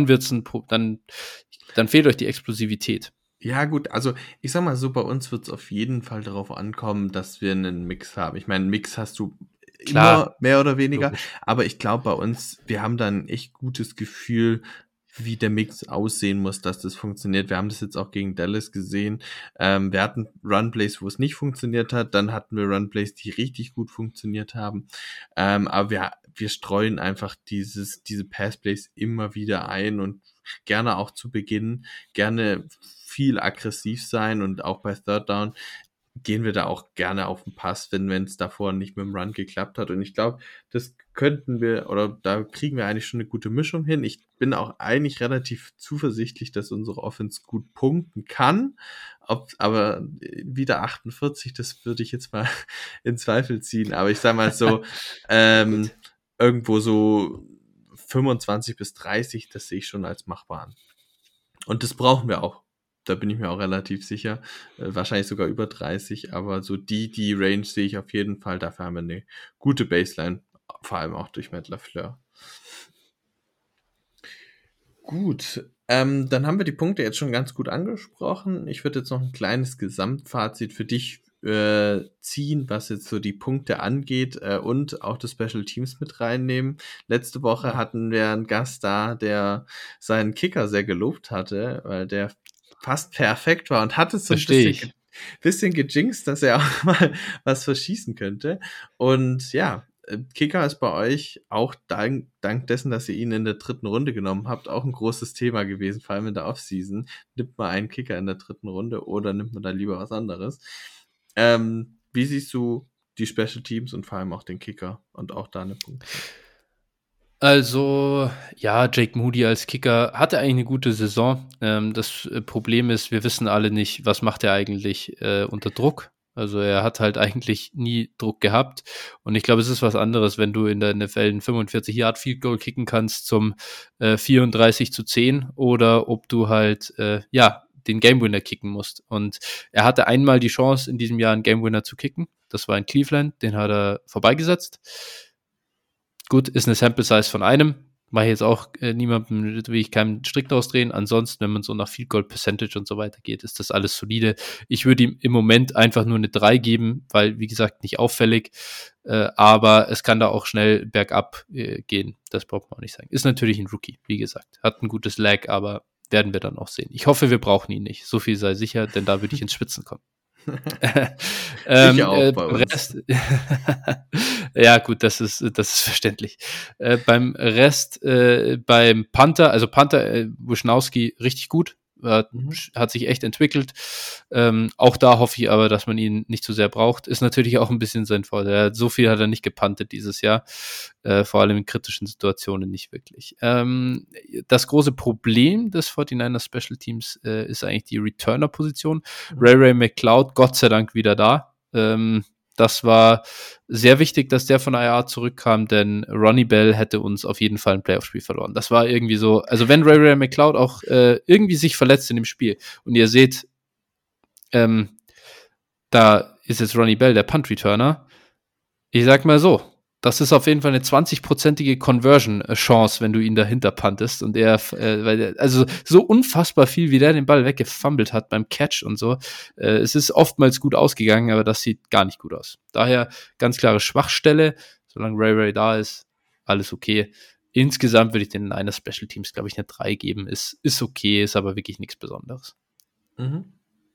fehlt euch die Explosivität. ja gut, also ich sag mal so, bei uns wird es auf jeden Fall darauf ankommen, dass wir einen Mix haben. Ich meine, einen Mix hast du Klar, immer mehr oder weniger, logisch. aber ich glaube bei uns, wir haben da ein echt gutes Gefühl, wie der Mix aussehen muss, dass das funktioniert. Wir haben das jetzt auch gegen Dallas gesehen. Wir hatten Runplays, wo es nicht funktioniert hat, dann hatten wir Runplays, die richtig gut funktioniert haben. Aber wir streuen einfach diese Passplays immer wieder ein und gerne auch zu Beginn, gerne viel aggressiv sein und auch bei Third Down gehen wir da auch gerne auf den Pass, wenn es davor nicht mit dem Run geklappt hat. Und ich glaube, das könnten wir, oder da kriegen wir eigentlich schon eine gute Mischung hin. Ich bin auch eigentlich relativ zuversichtlich, dass unsere Offense gut punkten kann. Aber wieder 48, das würde ich jetzt mal in Zweifel ziehen. Aber ich sage mal so, irgendwo so 25-30, das sehe ich schon als machbar an. Und das brauchen wir auch. Da bin ich mir auch relativ sicher. Wahrscheinlich sogar über 30, aber so die Range sehe ich auf jeden Fall. Dafür haben wir eine gute Baseline, vor allem auch durch Matt LaFleur. Gut, dann haben wir die Punkte jetzt schon ganz gut angesprochen. Ich würde jetzt noch ein kleines Gesamtfazit für dich ziehen, was jetzt so die Punkte angeht und auch das Special Teams mit reinnehmen. Letzte Woche hatten wir einen Gast da, der seinen Kicker sehr gelobt hatte, weil der fast perfekt war und hatte so ein bisschen gejinxt, dass er auch mal was verschießen könnte. Und ja, Kicker ist bei euch auch dank dessen, dass ihr ihn in der 3. Runde genommen habt, auch ein großes Thema gewesen, vor allem in der Offseason. Nimmt man einen Kicker in der 3. Runde oder nimmt man da lieber was anderes? Wie siehst du die Special Teams und vor allem auch den Kicker und auch da eine Punkte? Also, ja, Jake Moody als Kicker hatte eigentlich eine gute Saison. Das Problem ist, wir wissen alle nicht, was macht er eigentlich unter Druck. Also er hat halt eigentlich nie Druck gehabt. Und ich glaube, es ist was anderes, wenn du in der NFL einen 45-Yard-Field-Goal kicken kannst zum 34-10 oder ob du halt, den Game-Winner kicken musst. Und er hatte einmal die Chance, in diesem Jahr einen Game-Winner zu kicken. Das war in Cleveland, den hat er vorbeigesetzt. Gut, ist eine Sample-Size von einem. Mache ich jetzt auch niemandem, will ich keinen Strick draus drehen. Ansonsten, wenn man so nach Field Goal Percentage und so weiter geht, ist das alles solide. Ich würde ihm im Moment einfach nur eine 3 geben, weil, wie gesagt, nicht auffällig. Aber es kann da auch schnell bergab gehen. Das braucht man auch nicht sagen. Ist natürlich ein Rookie, wie gesagt. Hat ein gutes Lag, aber werden wir dann auch sehen. Ich hoffe, wir brauchen ihn nicht. So viel sei sicher, denn da würde ich ins Schwitzen kommen. Ich auch bei uns. Rest, ja gut, das ist verständlich. Beim Rest, beim Panther, also Panther Wisnowski richtig gut, hat sich echt entwickelt. Auch da hoffe ich aber, dass man ihn nicht zu sehr braucht. Ist natürlich auch ein bisschen sein Vorteil. So viel hat er nicht gepuntet dieses Jahr, vor allem in kritischen Situationen nicht wirklich. Das große Problem des 49ers Special Teams ist eigentlich die Returner-Position. Ray McCloud, Gott sei Dank wieder da. Das war sehr wichtig, dass der von IR zurückkam, denn Ronnie Bell hätte uns auf jeden Fall ein Playoff-Spiel verloren. Das war irgendwie so, also wenn Ray McCloud auch irgendwie sich verletzt in dem Spiel und ihr seht, da ist jetzt Ronnie Bell, der Punt-Returner, ich sag mal so, das ist auf jeden Fall eine 20-prozentige Conversion-Chance, wenn du ihn dahinter puntest. Und also so unfassbar viel, wie der den Ball weggefummelt hat beim Catch und so. Es ist oftmals gut ausgegangen, aber das sieht gar nicht gut aus. Daher ganz klare Schwachstelle. Solange Ray da ist, alles okay. Insgesamt würde ich den Niners Special Teams, glaube ich, eine 3 geben. Ist okay, ist aber wirklich nichts Besonderes. Mhm.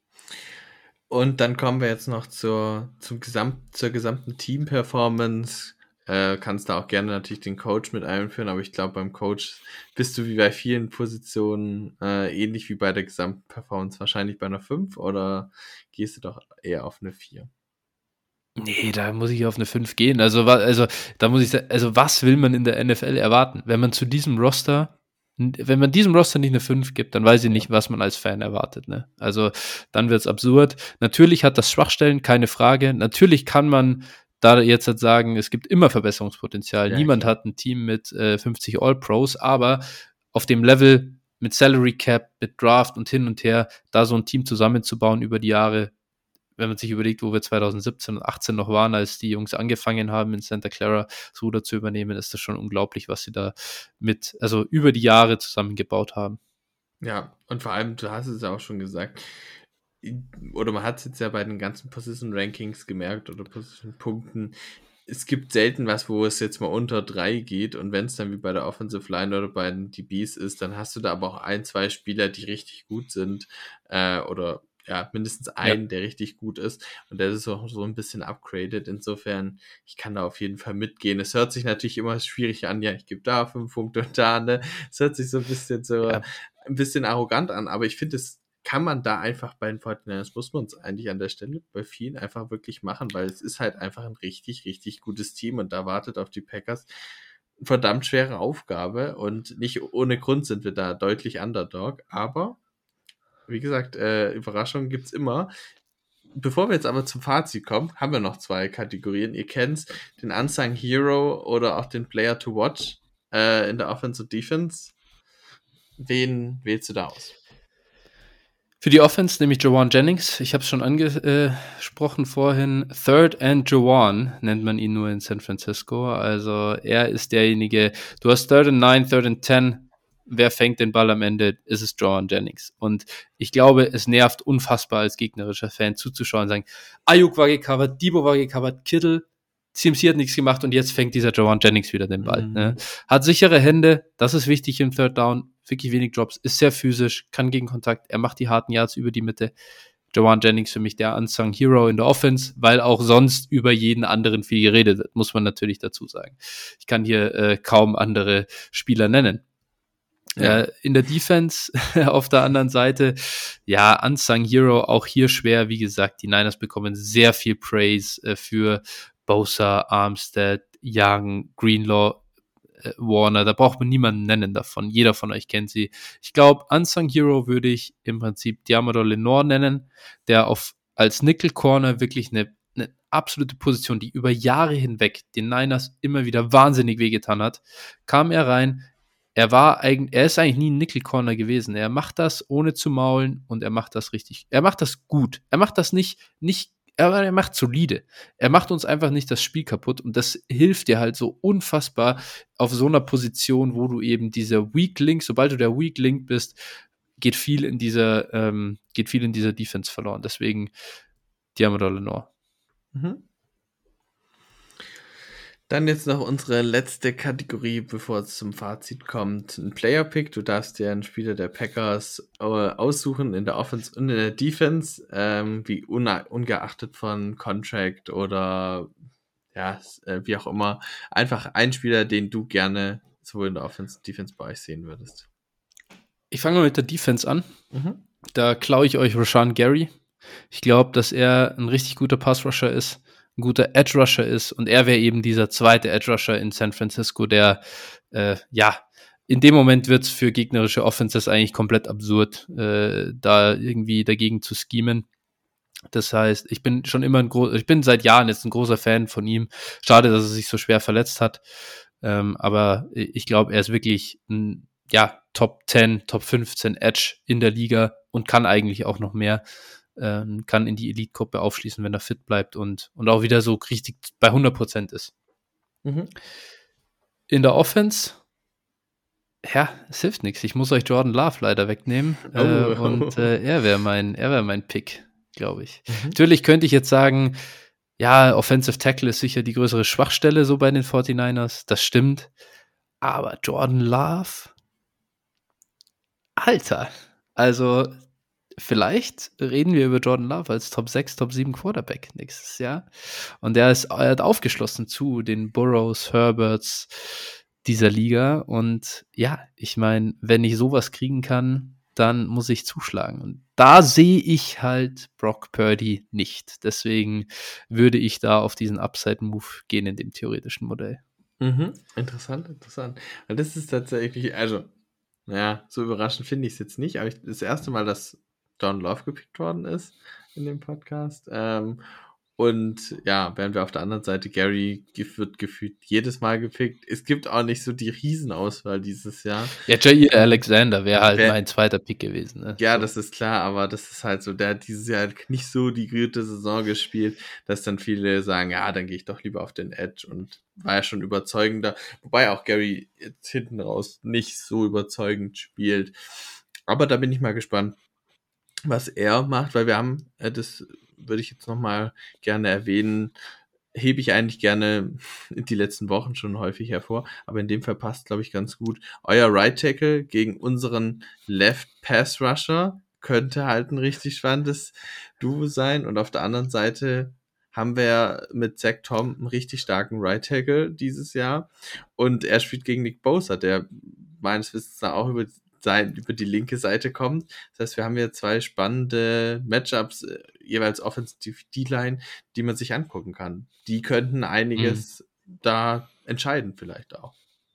Und dann kommen wir jetzt noch zur gesamten Team-Performance. Kannst da auch gerne natürlich den Coach mit einführen, aber ich glaube, beim Coach bist du wie bei vielen Positionen ähnlich wie bei der gesamten Performance wahrscheinlich bei einer 5 oder gehst du doch eher auf eine 4? Nee, da muss ich auf eine 5 gehen. Also da muss ich sagen, also was will man in der NFL erwarten? Wenn man diesem Roster nicht eine 5 gibt, dann weiß ich nicht, was man als Fan erwartet. Ne? Also dann wird's absurd. Natürlich hat das Schwachstellen, keine Frage. Natürlich kann man da jetzt halt sagen, es gibt immer Verbesserungspotenzial. Ja, Niemand klar. hat ein Team mit 50 All-Pros, aber auf dem Level mit Salary Cap, mit Draft und hin und her, da so ein Team zusammenzubauen über die Jahre, wenn man sich überlegt, wo wir 2017 und 18 noch waren, als die Jungs angefangen haben, in Santa Clara das Ruder zu übernehmen, ist das schon unglaublich, was sie da also über die Jahre zusammengebaut haben. Ja, und vor allem, du hast es ja auch schon gesagt, oder man hat es jetzt ja bei den ganzen Position-Rankings gemerkt oder Position-Punkten, es gibt selten was, wo es jetzt mal unter 3 geht und wenn es dann wie bei der Offensive Line oder bei den DBs ist, dann hast du da aber auch 1-2 Spieler, die richtig gut sind oder ja, mindestens einen, der richtig gut ist und der ist auch so ein bisschen upgraded. Insofern, ich kann da auf jeden Fall mitgehen. Es hört sich natürlich immer schwierig an, ja, ich gebe da 5 Punkte und da, ne? Es hört sich so ein bisschen arrogant an, aber ich finde, es kann man da einfach bei den 49ers, muss man es eigentlich an der Stelle bei vielen einfach wirklich machen, weil es ist halt einfach ein richtig, richtig gutes Team und da wartet auf die Packers eine verdammt schwere Aufgabe und nicht ohne Grund sind wir da deutlich Underdog, aber wie gesagt, Überraschungen gibt's immer. Bevor wir jetzt aber zum Fazit kommen, haben wir noch 2 Kategorien. Ihr kennt's, den Unsung Hero oder auch den Player to Watch in der Offense und Defense. Wen wählst du da aus? Für die Offense nehme ich Jawan Jennings. Ich habe es schon angesprochen vorhin. Third and Jawan nennt man ihn nur in San Francisco. Also er ist derjenige, du hast Third and 9, Third and 10. Wer fängt den Ball am Ende? Ist es Jawan Jennings. Und ich glaube, es nervt unfassbar als gegnerischer Fan zuzuschauen und sagen, Ayuk war gecovert, Debo war gecovert, Kittle, CMC hat nichts gemacht und jetzt fängt dieser Jawan Jennings wieder den Ball. Ne? Hat sichere Hände, das ist wichtig im Third Down, wirklich wenig Drops, ist sehr physisch, kann gegen Kontakt, er macht die harten Yards über die Mitte. Jawan Jennings für mich der Unsung Hero in der Offense, weil auch sonst über jeden anderen viel geredet wird, muss man natürlich dazu sagen. Ich kann hier kaum andere Spieler nennen. Ja. In der Defense auf der anderen Seite, ja, Unsung Hero, auch hier schwer, wie gesagt, die Niners bekommen sehr viel Praise für Bosa, Armstead, Young, Greenlaw, Warner, da braucht man niemanden nennen davon, jeder von euch kennt sie. Ich glaube, Unsung Hero würde ich im Prinzip Diamador Lenore nennen, der als Nickel Corner wirklich eine absolute Position, die über Jahre hinweg den Niners immer wieder wahnsinnig wehgetan hat, kam er rein. Er ist eigentlich nie ein Nickel-Corner gewesen. Er macht das ohne zu maulen und er macht das richtig. Er macht das gut. Er macht das nicht, aber er macht solide. Er macht uns einfach nicht das Spiel kaputt und das hilft dir halt so unfassbar auf so einer Position, wo du eben dieser Weak Link, sobald du der Weak Link bist, geht viel in dieser Defense verloren. Deswegen Diamador Lenore. Mhm. Dann jetzt noch unsere letzte Kategorie, bevor es zum Fazit kommt. Ein Player-Pick. Du darfst dir einen Spieler der Packers aussuchen in der Offense und in der Defense, wie ungeachtet von Contract oder ja, wie auch immer. Einfach ein Spieler, den du gerne sowohl in der Offense und Defense bei euch sehen würdest. Ich fange mal mit der Defense an. Da klaue ich euch Rashan Gary. Ich glaube, dass er ein richtig guter Pass-Rusher ist, ein guter Edge-Rusher ist und er wäre eben dieser zweite Edge-Rusher in San Francisco, der, in dem Moment wird es für gegnerische Offenses eigentlich komplett absurd, da irgendwie dagegen zu schemen. Das heißt, ich bin seit Jahren jetzt ein großer Fan von ihm. Schade, dass er sich so schwer verletzt hat, aber ich glaube, er ist wirklich ein Top 10, Top 15 Edge in der Liga und kann eigentlich auch noch mehr. Kann in die Elite-Gruppe aufschließen, wenn er fit bleibt und auch wieder so richtig bei 100% ist. Mhm. In der Offense, ja, es hilft nichts. Ich muss euch Jordan Love leider wegnehmen. Er wäre mein Pick, glaube ich. Mhm. Natürlich könnte ich jetzt sagen, ja, Offensive Tackle ist sicher die größere Schwachstelle so bei den 49ers. Das stimmt. Aber Jordan Love, Alter. Also, vielleicht reden wir über Jordan Love als Top 6, Top 7 Quarterback nächstes Jahr. Und er hat aufgeschlossen zu den Burrows, Herberts dieser Liga. Und ja, ich meine, wenn ich sowas kriegen kann, dann muss ich zuschlagen. Und da sehe ich halt Brock Purdy nicht. Deswegen würde ich da auf diesen Upside-Move gehen in dem theoretischen Modell. Mhm. Interessant. Weil das ist tatsächlich, also, naja, so überraschend finde ich es jetzt nicht, aber das erste Mal, dass John Love gepickt worden ist in dem Podcast. Und ja, während wir auf der anderen Seite, Gary wird gefühlt jedes Mal gepickt. Es gibt auch nicht so die Riesenauswahl dieses Jahr. Ja, Jair Alexander wäre halt Wer- mein zweiter Pick gewesen. Ne? Ja, So. das ist klar, aber das ist halt so, der hat dieses Jahr nicht so die gute Saison gespielt, dass dann viele sagen, ja, dann gehe ich doch lieber auf den Edge, und war ja schon überzeugender, wobei auch Gary jetzt hinten raus nicht so überzeugend spielt. Aber da bin ich mal gespannt, was er macht, weil wir haben, das würde ich jetzt nochmal gerne erwähnen, hebe ich eigentlich gerne die letzten Wochen schon häufig hervor, aber in dem Fall passt, glaube ich, ganz gut. Euer Right Tackle gegen unseren Left Pass Rusher könnte halt ein richtig spannendes Duo sein, und auf der anderen Seite haben wir mit Zach Tom einen richtig starken Right Tackle dieses Jahr, und er spielt gegen Nick Bosa, der meines Wissens da auch über die linke Seite kommt. Das heißt, wir haben hier zwei spannende Matchups, jeweils Offensive D-Line, die man sich angucken kann. Die könnten einiges da entscheiden vielleicht auch.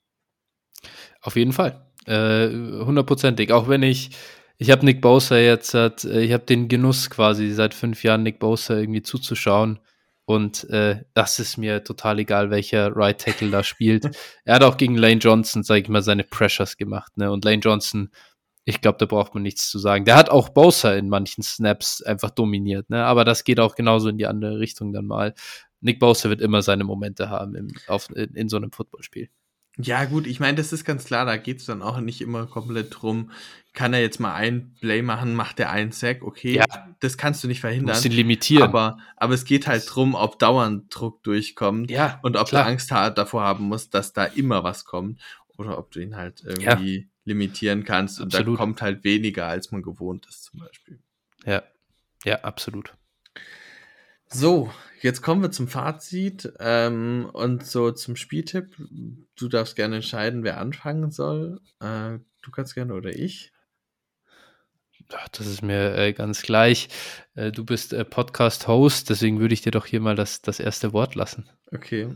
Auf jeden Fall. 100%ig. Auch wenn ich habe Nick Bosa jetzt, ich habe den Genuss quasi seit 5 Jahren Nick Bosa irgendwie zuzuschauen. Und das ist mir total egal, welcher Right Tackle da spielt. Er hat auch gegen Lane Johnson, sag ich mal, seine Pressures gemacht. Ne? Und Lane Johnson, ich glaube, da braucht man nichts zu sagen. Der hat auch Bosa in manchen Snaps einfach dominiert. Ne? Aber das geht auch genauso in die andere Richtung dann mal. Nick Bosa wird immer seine Momente haben in so einem Footballspiel. Ja, gut, ich meine, das ist ganz klar, da geht es dann auch nicht immer komplett drum, kann er jetzt mal ein Play machen, macht er einen Sack, okay, Ja. Das kannst du nicht Du verhindern. musst ihn limitieren. Aber es geht halt drum, ob dauernd Druck durchkommt, Ja, und ob klar. du Angst davor haben musst, dass da immer was kommt, oder ob du ihn halt irgendwie limitieren kannst, und Absolut. da kommt halt weniger, als man gewohnt ist zum Beispiel. Ja, absolut. So, jetzt kommen wir zum Fazit und so zum Spieltipp. Du darfst gerne entscheiden, wer anfangen soll. Du kannst gerne oder ich. Ach, das ist mir ganz gleich. Du bist Podcast-Host, deswegen würde ich dir doch hier mal das erste Wort lassen. Okay.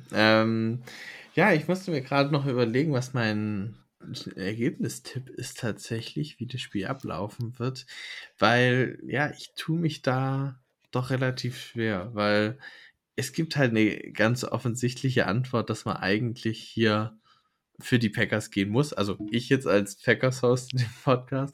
Ja, ich musste mir gerade noch überlegen, was mein Ergebnistipp ist tatsächlich, wie das Spiel ablaufen wird, weil, ja, ich tue mich da doch relativ schwer, weil es gibt halt eine ganz offensichtliche Antwort, dass man eigentlich hier für die Packers gehen muss. Also ich jetzt als Packers-Host in dem Podcast.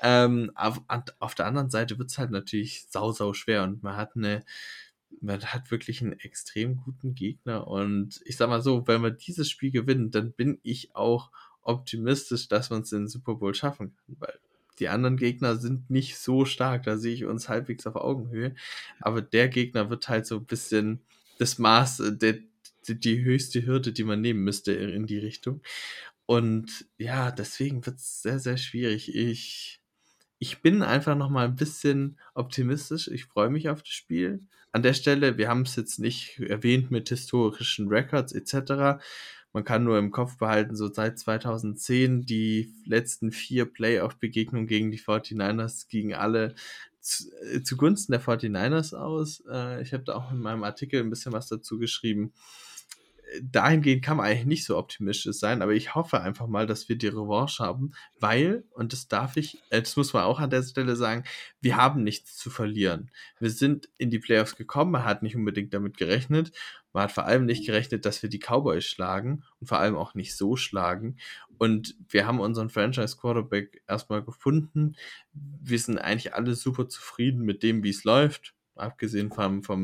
Auf der anderen Seite wird es halt natürlich sau schwer, und man hat wirklich einen extrem guten Gegner, und ich sag mal so, wenn wir dieses Spiel gewinnen, dann bin ich auch optimistisch, dass wir uns den Super Bowl schaffen können, weil die anderen Gegner sind nicht so stark, da sehe ich uns halbwegs auf Augenhöhe, aber der Gegner wird halt so ein bisschen das Maß, die höchste Hürde, die man nehmen müsste in die Richtung, und ja, deswegen wird es sehr schwierig. Ich bin einfach noch mal ein bisschen optimistisch. Ich freue mich auf das Spiel. An der Stelle, wir haben es jetzt nicht erwähnt mit historischen Records etc. Man kann nur im Kopf behalten, so seit 2010 die letzten 4 Playoff-Begegnungen gegen die 49ers gingen alle zugunsten der 49ers aus. Ich habe da auch in meinem Artikel ein bisschen was dazu geschrieben. Dahingehend kann man eigentlich nicht so optimistisch sein, aber ich hoffe einfach mal, dass wir die Revanche haben, weil, und das muss man auch an der Stelle sagen, wir haben nichts zu verlieren. Wir sind in die Playoffs gekommen, man hat nicht unbedingt damit gerechnet, man hat vor allem nicht gerechnet, dass wir die Cowboys schlagen, und vor allem auch nicht so schlagen, und wir haben unseren Franchise-Quarterback erstmal gefunden. Wir sind eigentlich alle super zufrieden mit dem, wie es läuft, abgesehen vom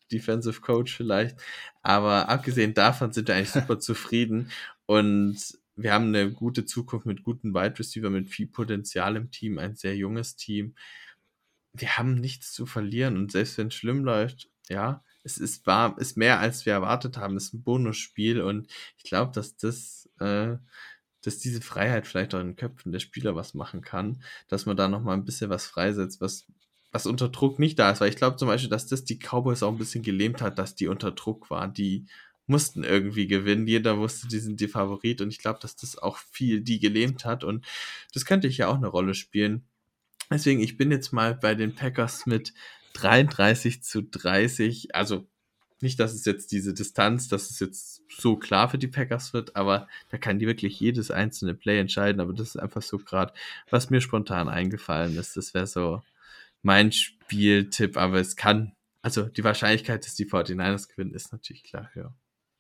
Defensive Coach vielleicht. Aber abgesehen davon sind wir eigentlich super zufrieden. Und wir haben eine gute Zukunft mit guten Wide Receiver, mit viel Potenzial im Team, ein sehr junges Team. Wir haben nichts zu verlieren. Und selbst wenn es schlimm läuft, ja, es ist mehr, als wir erwartet haben. Es ist ein Bonusspiel. Und ich glaube, dass diese Freiheit vielleicht auch in den Köpfen der Spieler was machen kann, dass man da nochmal ein bisschen was freisetzt, was unter Druck nicht da ist, weil ich glaube zum Beispiel, dass das die Cowboys auch ein bisschen gelähmt hat, dass die unter Druck waren, die mussten irgendwie gewinnen, jeder wusste, die sind die Favorit und ich glaube, dass das auch viel die gelähmt hat und das könnte ja auch eine Rolle spielen. Deswegen, ich bin jetzt mal bei den Packers mit 33-30, also nicht, dass es jetzt diese Distanz, dass es jetzt so klar für die Packers wird, aber da kann die wirklich jedes einzelne Play entscheiden, aber das ist einfach so gerade, was mir spontan eingefallen ist. Das wäre so mein Spieltipp, aber also die Wahrscheinlichkeit, dass die 49ers gewinnen, ist natürlich klar höher.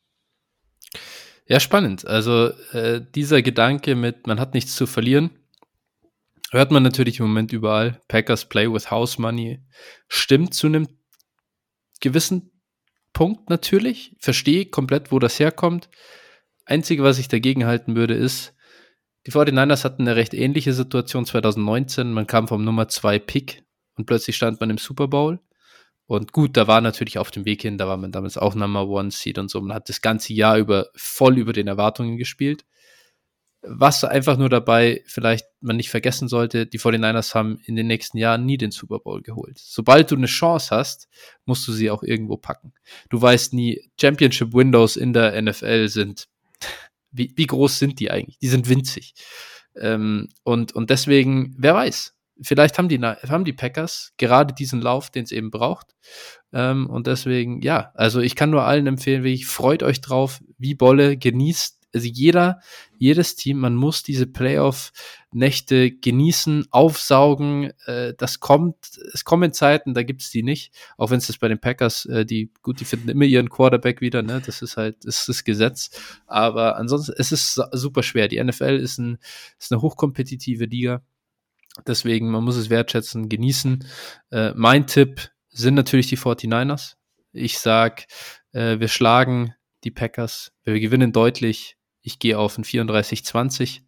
Ja, spannend. Also dieser Gedanke mit, man hat nichts zu verlieren, hört man natürlich im Moment überall. Packers play with house money. Stimmt zu einem gewissen Punkt natürlich. Verstehe komplett, wo das herkommt. Einzige, was ich dagegen halten würde, ist, die 49ers hatten eine recht ähnliche Situation 2019. Man kam vom Nummer 2 Pick und plötzlich stand man im Super Bowl. Und gut, da war natürlich auf dem Weg hin, da war man damals auch Number 1 Seed und so. Man hat das ganze Jahr voll über den Erwartungen gespielt. Was einfach nur dabei vielleicht man nicht vergessen sollte, die 49ers haben in den nächsten Jahren nie den Super Bowl geholt. Sobald du eine Chance hast, musst du sie auch irgendwo packen. Du weißt nie, Championship Windows in der NFL sind, wie groß sind die eigentlich? Die sind winzig. Und deswegen, wer weiß, vielleicht haben die Packers gerade diesen Lauf, den es eben braucht. Und deswegen, ja, also ich kann nur allen empfehlen, freut euch drauf, wie Bolle, genießt. Also jedes Team, man muss diese Playoff-Nächte genießen, aufsaugen. Es kommen Zeiten, da gibt's die nicht. Auch wenn es das bei den Packers, die finden immer ihren Quarterback wieder, ne? Das ist das Gesetz. Aber ansonsten, es ist super schwer. Die NFL ist eine hochkompetitive Liga. Deswegen, man muss es wertschätzen, genießen. Mein Tipp sind natürlich die 49ers. Ich sag, wir schlagen die Packers. Wir gewinnen deutlich. Ich gehe auf ein 34-20.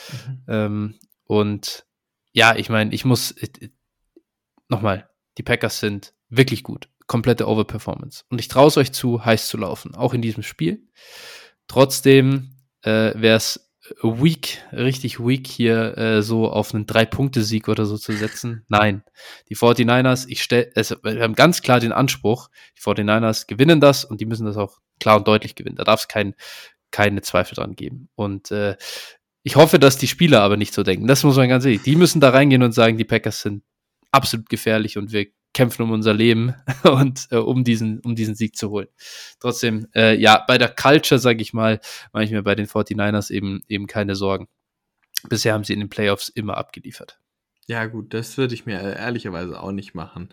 Und ja, ich meine, nochmal, die Packers sind wirklich gut. Komplette Overperformance. Und ich traue es euch zu, heiß zu laufen. Auch in diesem Spiel. Trotzdem wäre es richtig weak hier so auf einen 3-Punkte-Sieg oder so zu setzen. Nein, die 49ers, wir haben ganz klar den Anspruch, die 49ers gewinnen das und die müssen das auch klar und deutlich gewinnen. Da darf es keine Zweifel dran geben. Und ich hoffe, dass die Spieler aber nicht so denken. Das muss man ganz ehrlich. Die müssen da reingehen und sagen, die Packers sind absolut gefährlich und wir kämpfen um unser Leben und um diesen Sieg zu holen. Trotzdem, ja, bei der Culture, sage ich mal, mache ich mir bei den 49ers eben keine Sorgen. Bisher haben sie in den Playoffs immer abgeliefert. Ja gut, das würde ich mir ehrlicherweise auch nicht machen.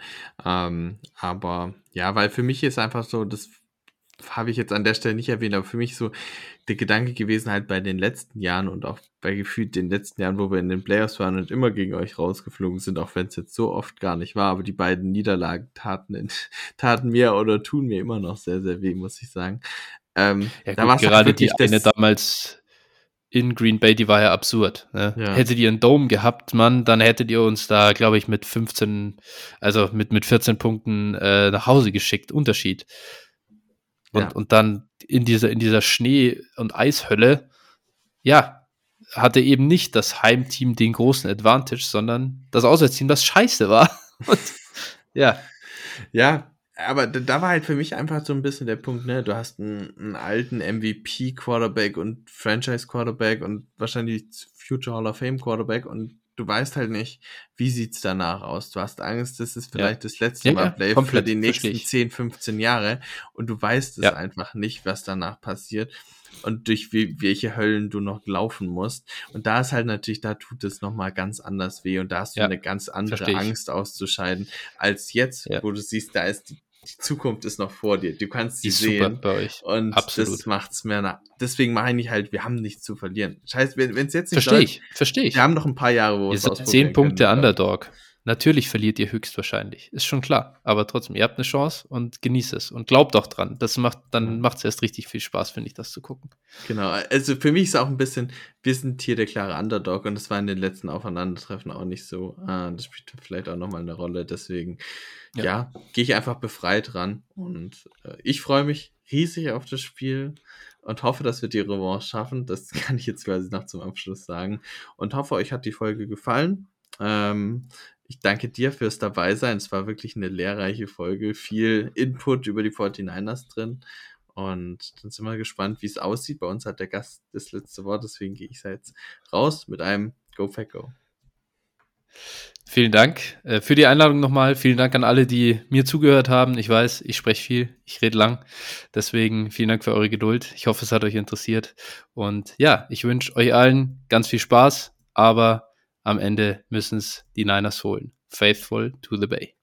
Aber ja, weil für mich ist einfach so, das habe ich jetzt an der Stelle nicht erwähnt, aber für mich so der Gedanke gewesen halt bei den letzten Jahren und auch bei gefühlt den letzten Jahren, wo wir in den Playoffs waren und immer gegen euch rausgeflogen sind, auch wenn es jetzt so oft gar nicht war, aber die beiden Niederlagen taten mir oder tun mir immer noch sehr, sehr weh, muss ich sagen. Ja, da war gerade die eine damals in Green Bay, die war ja absurd. Ne? Ja. Hättet ihr einen Dome gehabt, Mann, dann hättet ihr uns da, glaube ich, mit 14 Punkten nach Hause geschickt. Unterschied. Und dann in dieser Schnee- und Eishölle, ja, hatte eben nicht das Heimteam den großen Advantage, sondern das Auswärtsteam, das scheiße war. Und, ja. Ja, aber da war halt für mich einfach so ein bisschen der Punkt, ne, du hast einen alten MVP-Quarterback und Franchise-Quarterback und wahrscheinlich Future Hall of Fame-Quarterback und du weißt halt nicht, wie sieht's danach aus. Du hast Angst, das ist vielleicht das letzte Mal Play für die nächsten 10, 15 Jahre und du weißt es einfach nicht, was danach passiert und durch welche Höllen du noch laufen musst. Und da ist halt natürlich, da tut es nochmal ganz anders weh und da hast du eine ganz andere Angst auszuscheiden, als jetzt, wo du siehst, da ist die Zukunft ist noch vor dir. Du kannst sie sehen. Super bei euch. Und absolut. Das macht's mehr deswegen meine ich halt, wir haben nichts zu verlieren. Scheiße, wenn es jetzt nicht Verstehe ich. Wir haben noch ein paar Jahre, wo wir sind 10 Punkte Underdog. Natürlich verliert ihr höchstwahrscheinlich. Ist schon klar. Aber trotzdem, ihr habt eine Chance und genießt es. Und glaubt auch dran. Dann macht es erst richtig viel Spaß, finde ich, das zu gucken. Genau, also für mich ist auch ein bisschen, wir sind hier der klare Underdog und das war in den letzten Aufeinandertreffen auch nicht so. Das spielt vielleicht auch nochmal eine Rolle. Deswegen, ja, gehe ich einfach befreit ran. Und ich freue mich riesig auf das Spiel und hoffe, dass wir die Revanche schaffen. Das kann ich jetzt quasi noch zum Abschluss sagen. Und hoffe, euch hat die Folge gefallen. Ich danke dir fürs Dabeisein. Es war wirklich eine lehrreiche Folge. Viel Input über die 49ers drin. Und dann sind wir gespannt, wie es aussieht. Bei uns hat der Gast das letzte Wort. Deswegen gehe ich jetzt raus mit einem Go Pack Go. Vielen Dank für die Einladung nochmal. Vielen Dank an alle, die mir zugehört haben. Ich weiß, ich spreche viel, ich rede lang. Deswegen vielen Dank für eure Geduld. Ich hoffe, es hat euch interessiert. Und ja, ich wünsche euch allen ganz viel Spaß. Aber am Ende müssen es die Niners holen. Faithful to the Bay.